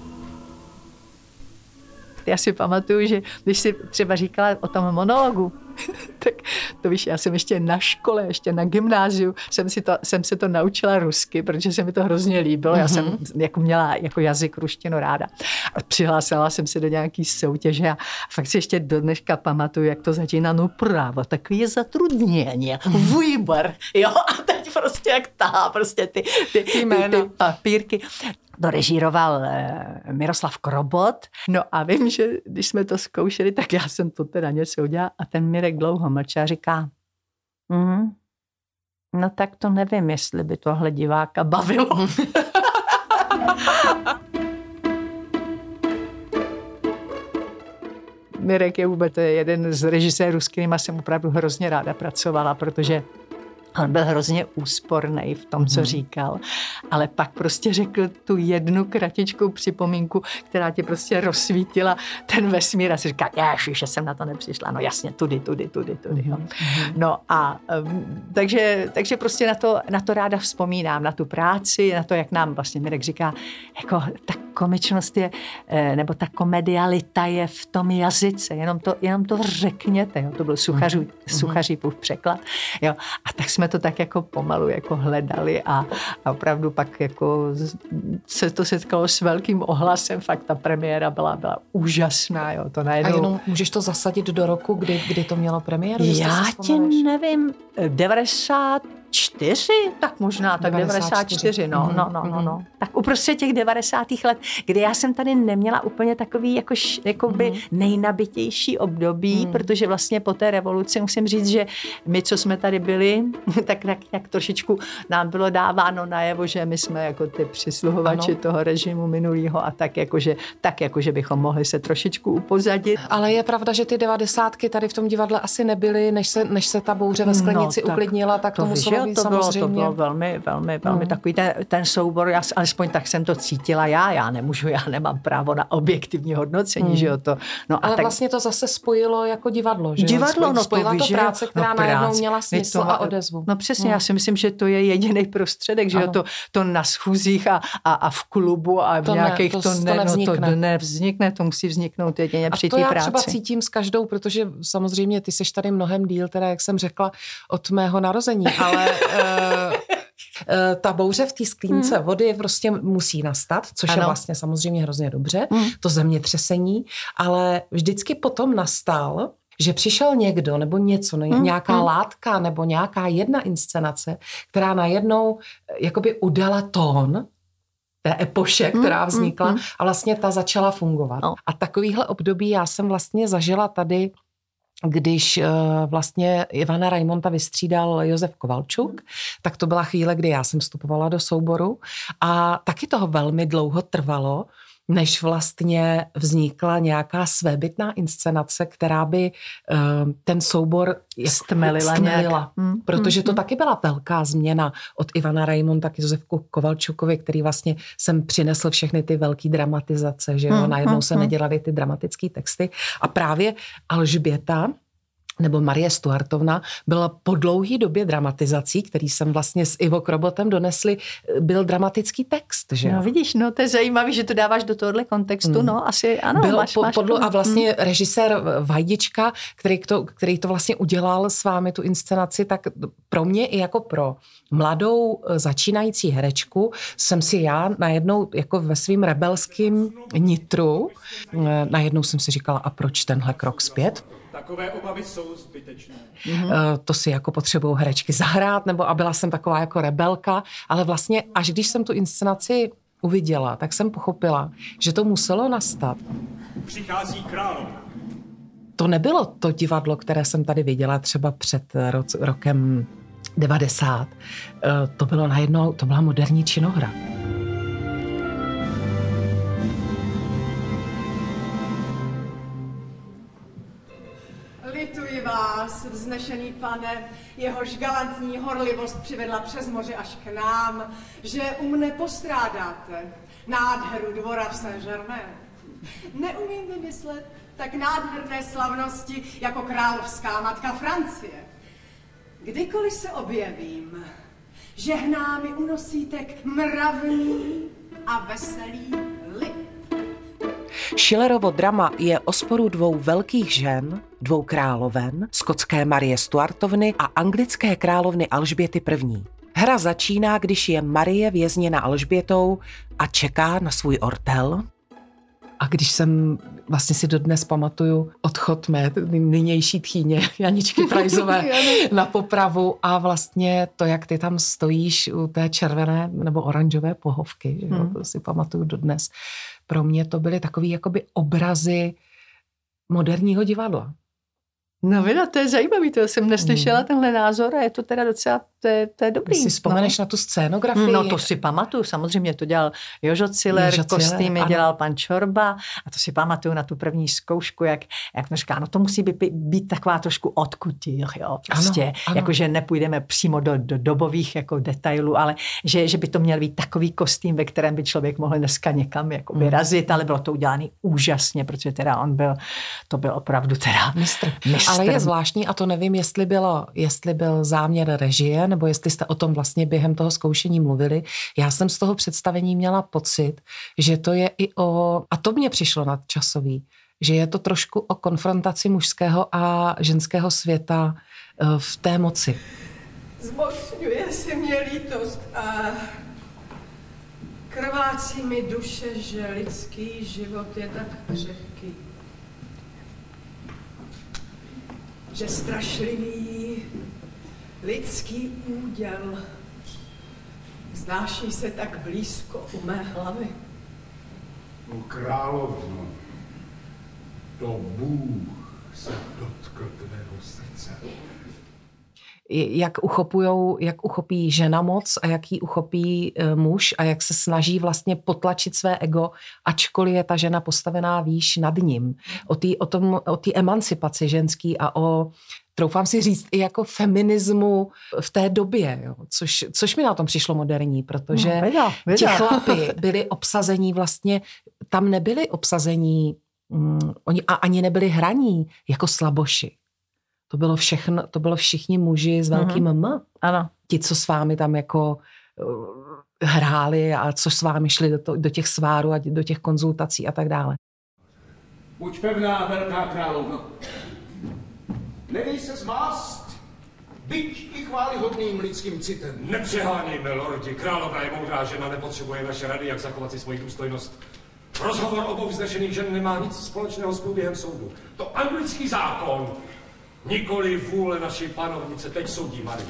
Speaker 2: Já si pamatuju, že když si třeba říkala o tom monologu, tak to víš, já jsem ještě na škole, ještě na gymnáziu, jsem, si to, jsem se to naučila rusky, protože se mi to hrozně líbilo. Já jsem jako měla jako jazyk ruštinu ráda. A přihlásila jsem se do nějaký soutěže a fakt si ještě do dneška pamatuju, jak to začíná, no právo, takové zatrudnění, výbor, jo, a teď prostě jak tahá prostě ty, ty, ty, ty, ty papírky. To režíroval Miroslav Krobot. No a vím, že když jsme to zkoušeli, tak já jsem to teda něco udělala a ten Mirek dlouho mlčel a říká, mm, no tak to nevím, jestli by tohle diváka bavilo. Mirek je vůbec jeden z režisérů, s kterýma jsem opravdu hrozně ráda pracovala, protože on byl hrozně úsporný v tom, co hmm. říkal, ale pak prostě řekl tu jednu kratičkou připomínku, která ti prostě rozsvítila ten vesmír a si říká, ježiš, že jsem na to nepřišla, no jasně, tudy, tudy, tudy, tudy. Hmm. No a um, takže, takže prostě na to, na to ráda vzpomínám, na tu práci, na to, jak nám vlastně Mirek říká, jako ta komičnost je, nebo ta komedialita je v tom jazyce, jenom to, jenom to řekněte, jo, to byl Suchařů, hmm. Suchařípův překlad, jo, a tak jsme to tak jako pomalu jako hledali a, a opravdu pak jako se to setkalo s velkým ohlasem, fakt ta premiéra byla, byla úžasná, jo, to najednou.
Speaker 1: A jenom můžeš to zasadit do roku, kdy, kdy to mělo premiéru?
Speaker 2: Já ti nevím, devadesát čtyři, tak možná, tak devadesát čtyři, no, no, no, no, no. Tak uprostřed těch devadesátých let, kdy já jsem tady neměla úplně takový jako, jakoby mm. nejnabitější období, mm. protože vlastně po té revoluci musím říct, že my, co jsme tady byli, tak jak, jak trošičku nám bylo dáváno najevo, že my jsme jako ty přisluhovači ano. toho režimu minulýho a tak jakože, tak jakože bychom mohli se trošičku upozadit.
Speaker 1: Ale je pravda, že ty devadesátky tady v tom divadle asi nebyly, než se, než se ta bouře ve sklenici no, tak uklidnila, tak to, to muselo být
Speaker 2: to bylo,
Speaker 1: samozřejmě.
Speaker 2: To bylo velmi, velmi, velmi hmm. takový ten, ten soubor, já, alespoň tak jsem to cítila já, já nemůžu, já nemám právo na objektivní hodnocení, hmm. že jo to. No,
Speaker 1: ale
Speaker 2: a tak,
Speaker 1: vlastně to zase spojilo jako divadlo, že
Speaker 2: divadlo,
Speaker 1: jo?
Speaker 2: no
Speaker 1: Spojila
Speaker 2: to,
Speaker 1: to
Speaker 2: že
Speaker 1: práce, která
Speaker 2: no,
Speaker 1: najednou
Speaker 2: práce,
Speaker 1: měla smysl
Speaker 2: to,
Speaker 1: a odezvu.
Speaker 2: No přesně,
Speaker 1: hmm.
Speaker 2: já si myslím, že to je jediný prostředek, že jo, to, to na schůzích a, a, a v klubu a v
Speaker 1: to
Speaker 2: nějakých,
Speaker 1: ne, to,
Speaker 2: to,
Speaker 1: to
Speaker 2: ne,
Speaker 1: nevznikne.
Speaker 2: No, to nevznikne, to musí vzniknout jedině při té práci.
Speaker 1: A to já třeba cítím s každou, protože samozřejmě ty seš tady mnohem díl, teda jak jsem řekla, od mého narození, ale... uh, ta bouře v té sklínce hmm. vody prostě musí nastat, což ano. je vlastně samozřejmě hrozně dobře, hmm. to zemětřesení, ale vždycky potom nastal, že přišel někdo nebo něco, hmm. nějaká hmm. látka nebo nějaká jedna inscenace, která najednou jakoby udala tón té epoše, která vznikla mm, mm, mm. a vlastně ta začala fungovat. No. A takovýhle období já jsem vlastně zažila tady, když uh, vlastně Ivana Raimonta vystřídal Josef Kovalčuk, mm. tak to byla chvíle, kdy já jsem vstupovala do souboru a taky toho velmi dlouho trvalo, než vlastně vznikla nějaká svébytná inscenace, která by uh, ten soubor
Speaker 2: stmelila.
Speaker 1: stmelila. Mm, protože mm, to mm. taky byla velká změna od Ivana Raimonta k Josefu Kovalčukovi, který vlastně sem přinesl všechny ty velký dramatizace, že jo, mm, najednou mm, se nedělaly ty dramatické texty. A právě Alžběta nebo Marie Stuartovna byla po dlouhý době dramatizací, který jsem vlastně s Ivo Krobotem donesli, byl dramatický text, že?
Speaker 2: No vidíš, no to je zajímavý, že to dáváš do tohohle kontextu, hmm. no asi ano,
Speaker 1: byl
Speaker 2: máš,
Speaker 1: po,
Speaker 2: máš
Speaker 1: podlo, A vlastně hmm. režisér Vajdička, který to, který to vlastně udělal s vámi tu inscenaci, tak pro mě i jako pro mladou začínající herečku jsem si já najednou jako ve svým rebelským nitru, najednou jsem si říkala, a proč tenhle krok zpět?
Speaker 11: Takové obavy jsou zbytečné.
Speaker 1: Mm-hmm. To si jako potřebují herečky zahrát, nebo a byla jsem taková jako rebelka, ale vlastně až když jsem tu inscenaci uviděla, tak jsem pochopila, že to muselo nastat.
Speaker 11: Přichází královna.
Speaker 1: To nebylo to divadlo, které jsem tady viděla třeba před ro- rokem devadesát. To bylo najednou, to byla moderní činohra.
Speaker 16: Lituji vás, vznešený pane, jehož galantní horlivost přivedla přes moře až k nám, že u mne postrádáte nádheru dvora v Saint-Germain. Neumím vymyslet tak nádherné slavnosti jako královská matka Francie. Kdykoliv se objevím, žehná mi unosítek mravný a veselý lid.
Speaker 1: Schillerovo drama je o sporu dvou velkých žen, dvou královen, skotské Marie Stuartovny a anglické královny Alžběty první. Hra začíná, když je Marie vězněna Alžbětou a čeká na svůj ortel. A když jsem, vlastně si dodnes pamatuju odchod mé nynější tchýně Janičky Prajzové na popravu a vlastně to, jak ty tam stojíš u té červené nebo oranžové pohovky, že hmm. to si pamatuju dodnes. Pro mě to byly takový jakoby obrazy moderního divadla.
Speaker 2: No vida, to je zajímavý, to jsem neslyšela mm. tenhle názor a je to teda docela, to je, to je dobrý.
Speaker 1: Ty si vzpomeneš no. na tu scénografii?
Speaker 2: No to si pamatuju, samozřejmě to dělal Jožo Ciller, Jožo kostýmy Ciller, dělal pan Čorba a to si pamatuju na tu první zkoušku, jak, jak to říká, no to musí být, být taková trošku odkutír, jo, prostě, ano, ano. Jakože nepůjdeme přímo do, do dobových jako detailů, ale že, že by to měl být takový kostým, ve kterém by člověk mohl dneska někam jako vyrazit, mm. ale bylo to udělané úžasně, protože teda on byl, to byl opravdu teda
Speaker 1: mistr. mistr. Ale je zvláštní a to nevím, jestli, bylo, jestli byl záměr režie, nebo jestli jste o tom vlastně během toho zkoušení mluvili. Já jsem z toho představení měla pocit, že to je i o, a to mě přišlo nadčasový, že je to trošku o konfrontaci mužského a ženského světa v té moci.
Speaker 16: Zmocňuje se mě lítost a krvácí mi duše, že lidský život je tak křehký. Že strašlivý lidský úděl vznáší se tak blízko u mé hlavy.
Speaker 4: O královno, to Bůh se dotkl tvého srdce.
Speaker 1: Jak uchopujou, jak uchopí žena moc a jak ji uchopí muž a jak se snaží vlastně potlačit své ego, ačkoliv je ta žena postavená výš nad ním. O té o tom, o té emancipaci ženský a o, troufám si říct, i jako feminismu v té době, jo. Což, což mi na tom přišlo moderní, protože no, věda, věda. Ti chlapi byli obsazení vlastně, tam nebyli obsazení, um, oni a ani nebyli hraní jako slaboši. To bylo všechno, to bylo všichni muži s velkým mm-hmm. M.
Speaker 2: Ano.
Speaker 1: Ti, co s vámi tam jako uh, hráli a co s vámi šli do, to, do těch svárů a do těch konzultací a tak dále.
Speaker 11: Buď pevná, velká královno. Nedej se zmást.
Speaker 17: byť i chválihodným lidským citem.
Speaker 4: Nepřehánějme, lordi. Královna je moudrá žena, nepotřebuje naše rady, jak zachovat si svoji důstojnost. Rozhovor obou vznešených žen nemá nic společného s průběhem soudu. To anglický zákon, nikoli vůle naší panovnice, teď soudí Marii.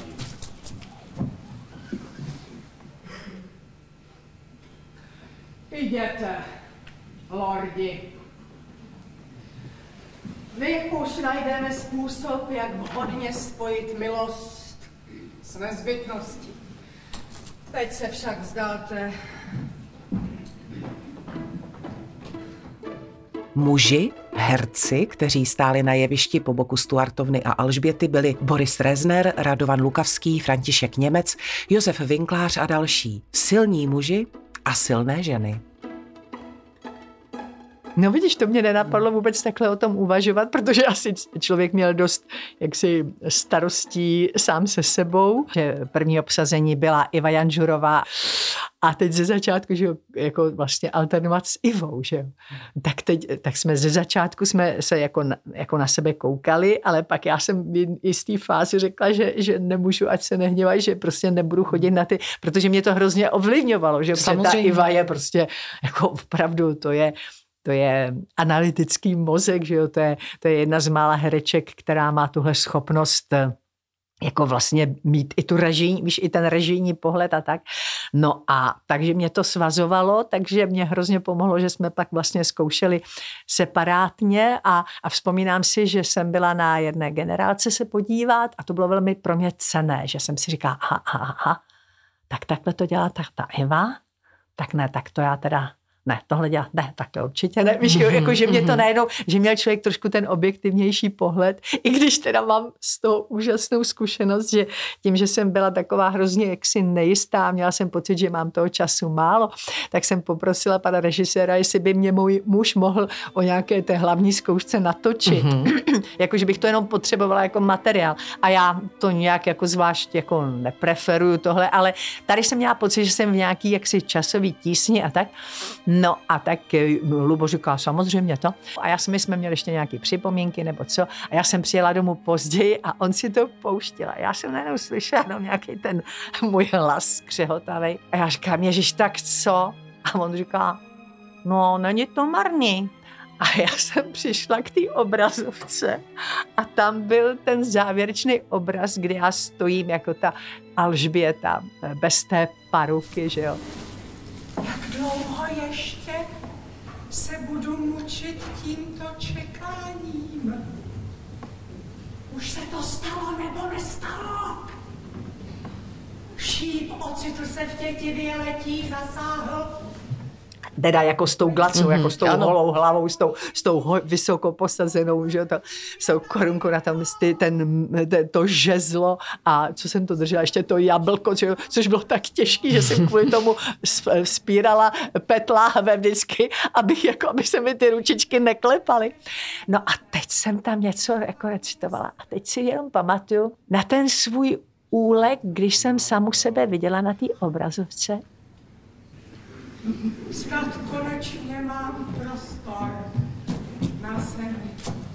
Speaker 16: Jděte, lordi. My už najdeme způsob, jak vhodně spojit milost s nezbytností. Teď se však vzdáte.
Speaker 1: Muži, herci, kteří stáli na jevišti po boku Stuartovny a Alžběty, byli Boris Rezner, Radovan Lukavský, František Němec, Josef Vinklář a další. Silní muži a silné ženy.
Speaker 2: No vidíš, to mě nenapadlo vůbec takhle o tom uvažovat, protože asi člověk měl dost jaksi starostí sám se sebou. Že první obsazení byla Iva Janžurová a teď ze začátku, že jako vlastně alternovat s Ivou, že jo. Tak teď, tak jsme ze začátku jsme se jako na, jako na sebe koukali, ale pak já jsem v jistý fázi řekla, že, že nemůžu, ať se nehněvají, že prostě nebudu chodit na ty, protože mě to hrozně ovlivňovalo, že ta Iva je prostě jako opravdu, to je To je analytický mozek, že jo? To je, to je jedna z mála hereček, která má tuhle schopnost jako vlastně mít i tu režijní, víš, i ten režijní pohled a tak. No a takže mě to svazovalo, takže mě hrozně pomohlo, že jsme pak vlastně zkoušeli separátně a, a vzpomínám si, že jsem byla na jedné generálce se podívat a to bylo velmi pro mě cenné, že jsem si říkala, aha, aha, aha, tak takhle to dělá tak ta Eva, tak ne, tak to já teda ne, tohle dělat, ne, tak to určitě ne. Víš, jako, že mě to najednou, že měl člověk trošku ten objektivnější pohled, i když teda mám z toho úžasnou zkušenost, že tím, že jsem byla taková hrozně jaksi nejistá, měla jsem pocit, že mám toho času málo, tak jsem poprosila pana režiséra, jestli by mě můj muž mohl o nějaké té hlavní zkoušce natočit. Mm-hmm. Jako, že bych to jenom potřebovala jako materiál. A já to nějak jako zvlášť jako nepreferuju tohle, ale tady jsem měla pocit, že jsem v nějaký jaksi časový tísni a tak. No a tak Lubo říká, samozřejmě to. A já jsme, jsme měli ještě nějaké připomínky nebo co. A já jsem přijela domů později a on si to pouštěl. A já jsem najednou slyšela no, nějaký ten můj hlas křehotavej. A já říkám, ježiš, tak co? A on říká, no, není to marný. A já jsem přišla k té obrazovce a tam byl ten závěrečný obraz, kdy já stojím jako ta Alžběta bez té paruky, že jo.
Speaker 9: Jak dlouho ještě se budu mučit tímto čekáním? Už se to stalo nebo nestalo? Šíp ocitl se v tětivě letí, zasáhl.
Speaker 2: Teda jako s tou glacou, mm-hmm, jako s tou
Speaker 1: ano.
Speaker 2: holou hlavou, s tou, s tou ho, vysoko posazenou, že to, s tou korunkou na tom, ten, ten, to žezlo a co jsem to držela, ještě to jablko, čo, což bylo tak těžký, že jsem kvůli tomu spírala petláhve vždycky, abych, jako, aby se mi ty ručičky neklepaly. No a teď jsem tam něco jako recitovala a teď si jenom pamatuju na ten svůj úlek, když jsem samu sebe viděla na té obrazovce.
Speaker 9: Snad konečně mám prostor na zemi.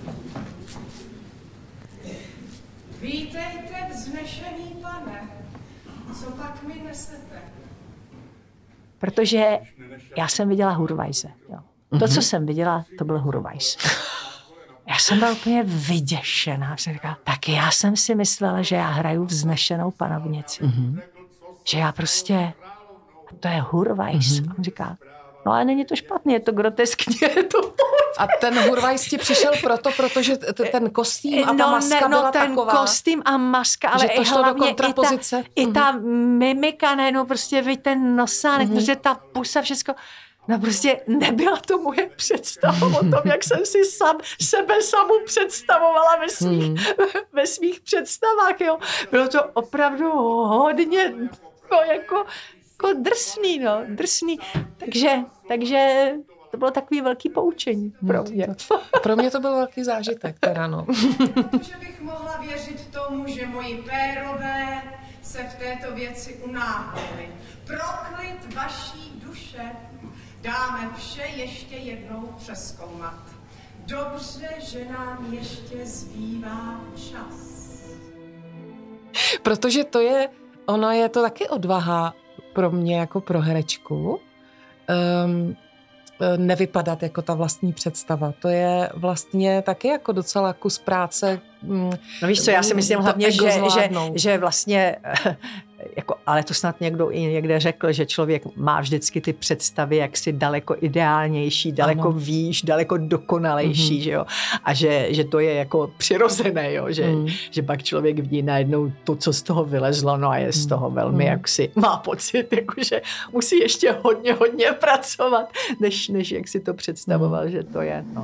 Speaker 9: Vítejte, vznešený pane, co pak mi nesete?
Speaker 2: Protože já jsem viděla Hurvajse. Jo. To, mm-hmm. co jsem viděla, to byl Hurvajs. Já jsem byla úplně vyděšená. Jsem říkala, tak já jsem si myslela, že já hraju vznešenou panovnici. Mm-hmm. Že já prostě... To je Hurvajs. Mm-hmm. On říká, no ale není to špatný, je to groteskně, je to
Speaker 1: A ten Hurvajs ti přišel proto, protože t- ten kostým a ta
Speaker 2: no,
Speaker 1: maska
Speaker 2: ne, no,
Speaker 1: byla
Speaker 2: ten
Speaker 1: taková.
Speaker 2: kostým a maska, ale
Speaker 1: že to
Speaker 2: i
Speaker 1: šlo
Speaker 2: hlavně
Speaker 1: do kontrapozice.
Speaker 2: i ta, mm-hmm. i ta mimika, ne, no prostě vy ten nosánek, mm-hmm. protože ta pusa, všecko, no prostě nebyla to moje představa o tom, jak jsem si sam, sebe samu představovala ve svých, mm. ve svých představách, jo. Bylo to opravdu hodně, no jako, jako drsný, no, drsný. Takže, takže to bylo takový velký poučení pro mě.
Speaker 1: Pro mě to byl velký zážitek, teda no.
Speaker 16: Že bych mohla věřit tomu, že moji pérové se v této věci unáhlili. Proklit vaší duše. Dáme vše ještě jednou přezkoumat. Dobře, že nám ještě zbývá čas.
Speaker 1: Protože to je, ono je to taky odvaha pro mě jako pro herečku. Um, nevypadat jako ta vlastní představa. To je vlastně taky jako docela kus práce.
Speaker 2: No víš co, já si myslím hlavně, že, že, že vlastně, jako, ale to snad někdo i někde řekl, že člověk má vždycky ty představy jaksi daleko ideálnější, daleko ano. výš, daleko dokonalejší, mm-hmm. že jo? A že, že to je jako přirozené, jo? Že, mm. že pak člověk vidí najednou to, co z toho vylezlo, no a je z toho velmi, mm. jak si má pocit, jako, že musí ještě hodně, hodně pracovat, než, než jak si to představoval, mm. že to je, no.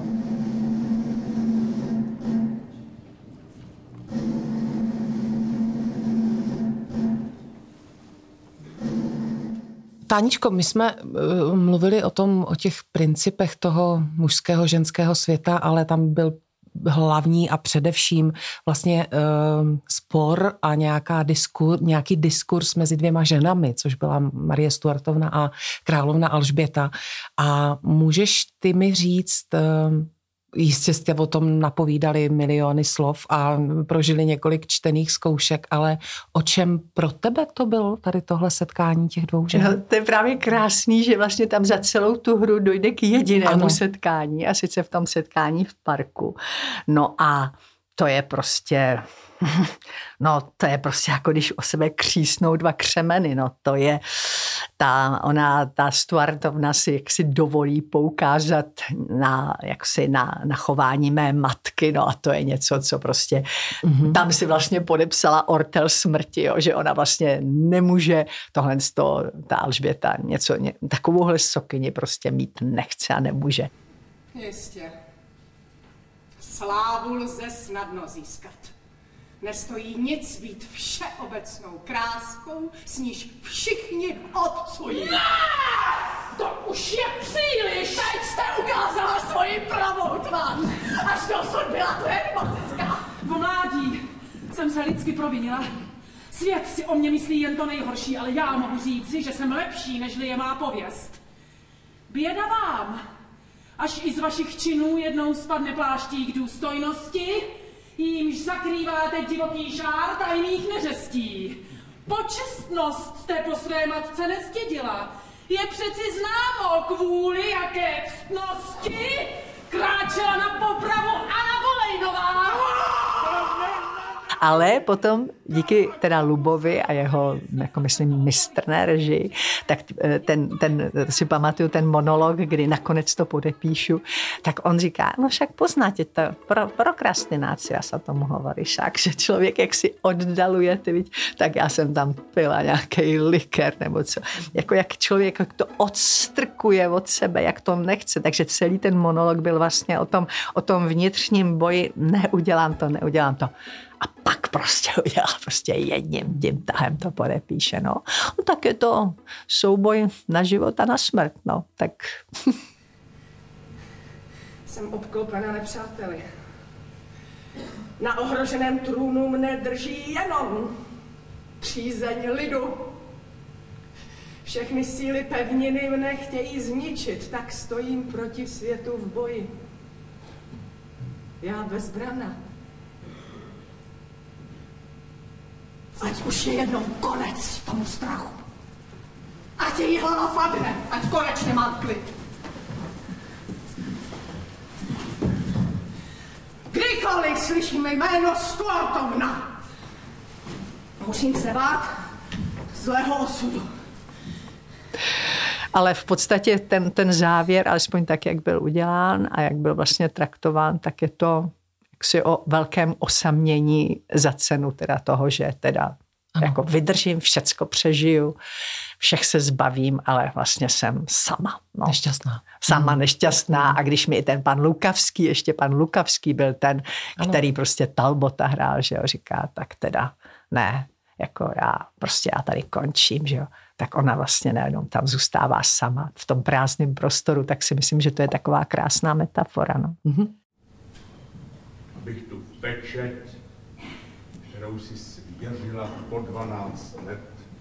Speaker 1: Táničko, my jsme uh, mluvili o tom, o těch principech toho mužského, ženského světa, ale tam byl hlavní a především vlastně uh, spor a nějaká diskur, nějaký diskurs mezi dvěma ženami, což byla Marie Stuartovna a královna Alžběta. A můžeš ty mi říct, uh, jistě jste o tom napovídali miliony slov a prožili několik čtených zkoušek, ale o čem pro tebe to bylo tady tohle setkání těch dvou žen?
Speaker 2: No, to je právě krásný, že vlastně tam za celou tu hru dojde k jedinému ano. setkání a sice v tom setkání v parku. No a to je prostě... No, to je prostě jako když o sebe křísnou dva křemeny, no to je ta, ona, ta Stuartovna si jaksi dovolí poukázat na, jaksi na, na chování mé matky, no a to je něco, co prostě, mm-hmm. tam si vlastně podepsala ortel smrti, jo, že ona vlastně nemůže tohle z toho, ta Alžběta, něco, ně, takovouhle sokyni prostě mít nechce a nemůže.
Speaker 16: Jistě. Slávu lze snadno získat. Nestojí nic být všeobecnou kráskou, s níž všichni obcují.
Speaker 14: Ne! To už je příliš! Teď jste ukázala svoji pravou tvář! Až dosud byla to jen matka!
Speaker 12: V mládí jsem se lidsky provinila. Svět si o mě myslí jen to nejhorší, ale já mohu říci, že jsem lepší, nežli je má pověst. Běda vám! Až i z vašich činů jednou spadne pláštík důstojnosti, jímž zakrýváte divoký žár tajných neřestí. Počestnost jste po své matce nezdědila. Je přeci známo, kvůli jaké ctnosti kráčela na popravu Anna Volejnová.
Speaker 2: Ale potom díky teda Lubovi a jeho, jako myslím, mistrné režii, tak ten, ten, si pamatuju ten monolog, kdy nakonec to podepíšu, tak on říká, no však poznáte to, pro, prokrastinace, já se tomu hovorí, však, že člověk jak si oddaluje, ty víc, tak já jsem tam pila nějaký likér nebo co, jako jak člověk jak to odstrkuje od sebe, jak to nechce, takže celý ten monolog byl vlastně o tom, o tom vnitřním boji, neudělám to, neudělám to. A pak prostě udělá prostě jedním tím tahem to podepíše, no. no. Tak je to souboj na život a na smrt, no. Tak...
Speaker 16: Jsem obklopena nepřáteli. Na ohroženém trůnu mne drží jenom přízeň lidu. Všechny síly pevniny mne chtějí zničit, tak stojím proti světu v boji. Já bezbranná. Ať už je jednou konec tomu strachu. Ať její hlava padne, ať konečně mám klid. Kdykoliv slyšíme jméno Stuartovna, musím se bát zlého osudu.
Speaker 2: Ale v podstatě ten, ten závěr, alespoň tak, jak byl udělán a jak byl vlastně traktován, tak je to jaksi o velkém osamění za cenu teda toho, že teda ano. jako vydržím, všecko přežiju, všech se zbavím, ale vlastně jsem sama. No.
Speaker 1: Nešťastná.
Speaker 2: Sama hmm. nešťastná a když mi i ten pan Lukavský, ještě pan Lukavský byl ten, ano. který prostě Talbota hrál, že jo, říká, tak teda ne, jako já prostě já tady končím, že jo. Tak ona vlastně nejenom tam zůstává sama v tom prázdném prostoru, tak si myslím, že to je taková krásná metafora, no. Mm-hmm.
Speaker 18: Abych tu pečeť, kterou si svěřila po dvanáct let,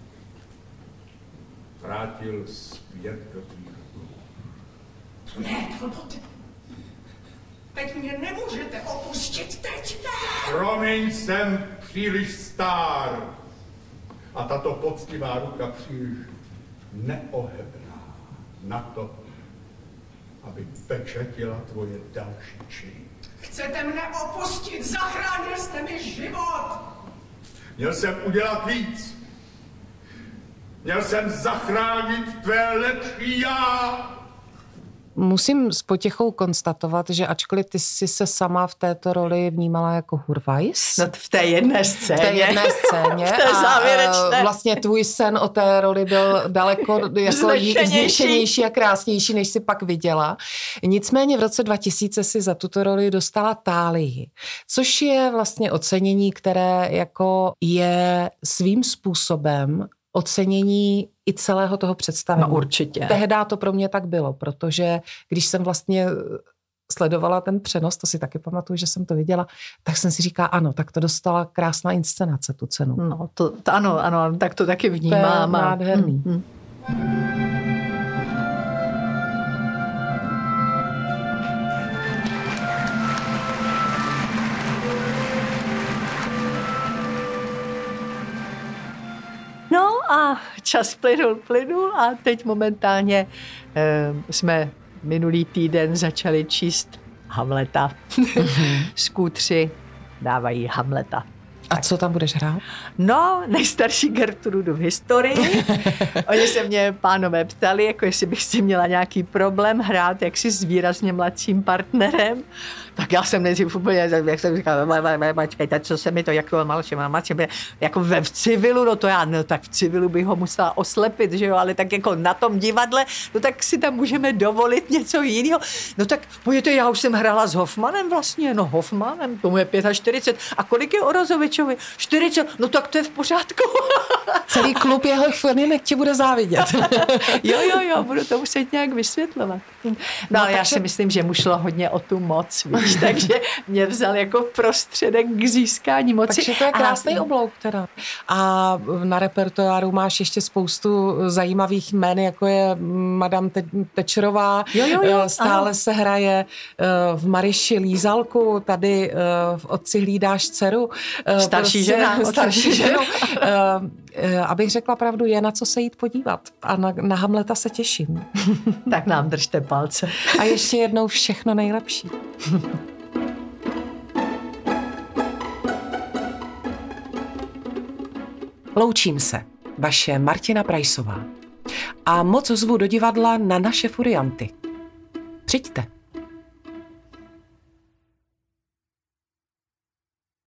Speaker 18: vrátil zpět do tvých rukou.
Speaker 16: Ne, Talbot.
Speaker 14: Teď mě nemůžete opustit, teď ne!
Speaker 18: Promiň, jsem příliš stár. A tato poctivá ruka příliš neohebná na to, aby pečetila tvoje další činy.
Speaker 14: Chcete mne opustit, zachránil jste mi život!
Speaker 18: Měl jsem udělat víc. Měl jsem zachránit tvé lepší já.
Speaker 1: Musím s potěchou konstatovat, že ačkoliv ty jsi se sama v této roli vnímala jako Hurvajs.
Speaker 2: No v té jedné scéně.
Speaker 1: V té jedné scéně.
Speaker 2: v té závěrečné.
Speaker 1: A vlastně tvůj sen o té roli byl daleko jako vznešenější a krásnější, než si pak viděla. Nicméně v roce dva tisíce si za tuto roli dostala Tálii, což je vlastně ocenění, které jako je svým způsobem ocenění i celého toho představení.
Speaker 2: No určitě.
Speaker 1: Tehdá to pro mě tak bylo, protože když jsem vlastně sledovala ten přenos, to si taky pamatuju, že jsem to viděla, tak jsem si říkala, ano, tak to dostala krásná inscenace, tu cenu.
Speaker 2: No, to, to ano, ano, tak to taky vnímám.
Speaker 1: To je nádherný.
Speaker 2: Hmm, hmm. No a čas plynul, plynul a teď momentálně eh, jsme minulý týden začali číst Hamleta. Skútři dávají Hamleta.
Speaker 1: A co tam budeš hrát?
Speaker 2: No, nejstarší Gertrudu v historii. Oni se mě pánové ptali, jako jestli bych si měla nějaký problém hrát jaksi s výrazně mladším partnerem. Tak já jsem nejdřív úplně, jak jsem říkal, počkejte, co se mi to, jako malším a mladším, jako ve v civilu, no to já, no tak v civilu bych ho musela oslepit, že jo, ale tak jako na tom divadle, no tak si tam můžeme dovolit něco jiného. No tak, pojďte, já už jsem hrála s Hoffmanem vlastně, no Hoffmanem, tomu je čtyřicet pět. A kolik je Orozovičovi? čtyřicet, no tak to je v pořádku.
Speaker 1: Celý klub jeho chvilninek tě bude závidět.
Speaker 2: jo, jo, jo, budu to muset nějak vysvětlovat. No, no ale takže... já si myslím, že mu šlo hodně o tu moc, víš, takže mě vzal jako prostředek k získání moci.
Speaker 1: Takže to je krásný a... oblouk teda. A na repertoáru máš ještě spoustu zajímavých jmen, jako je Madame Tečerová,
Speaker 2: jo, jo, jo,
Speaker 1: stále
Speaker 2: ano.
Speaker 1: se hraje v Maryši Lízalku, tady v Otci hlídáš dceru.
Speaker 2: Starší
Speaker 1: prostě,
Speaker 2: žena.
Speaker 1: Starší ženu. Abych řekla pravdu, je na co se jít podívat. A na, na Hamleta se těším.
Speaker 2: Tak nám držte palce.
Speaker 1: A ještě jednou všechno nejlepší. Loučím se, vaše Martina Prajsová. A moc zvu do divadla na naše furianty. Přijďte.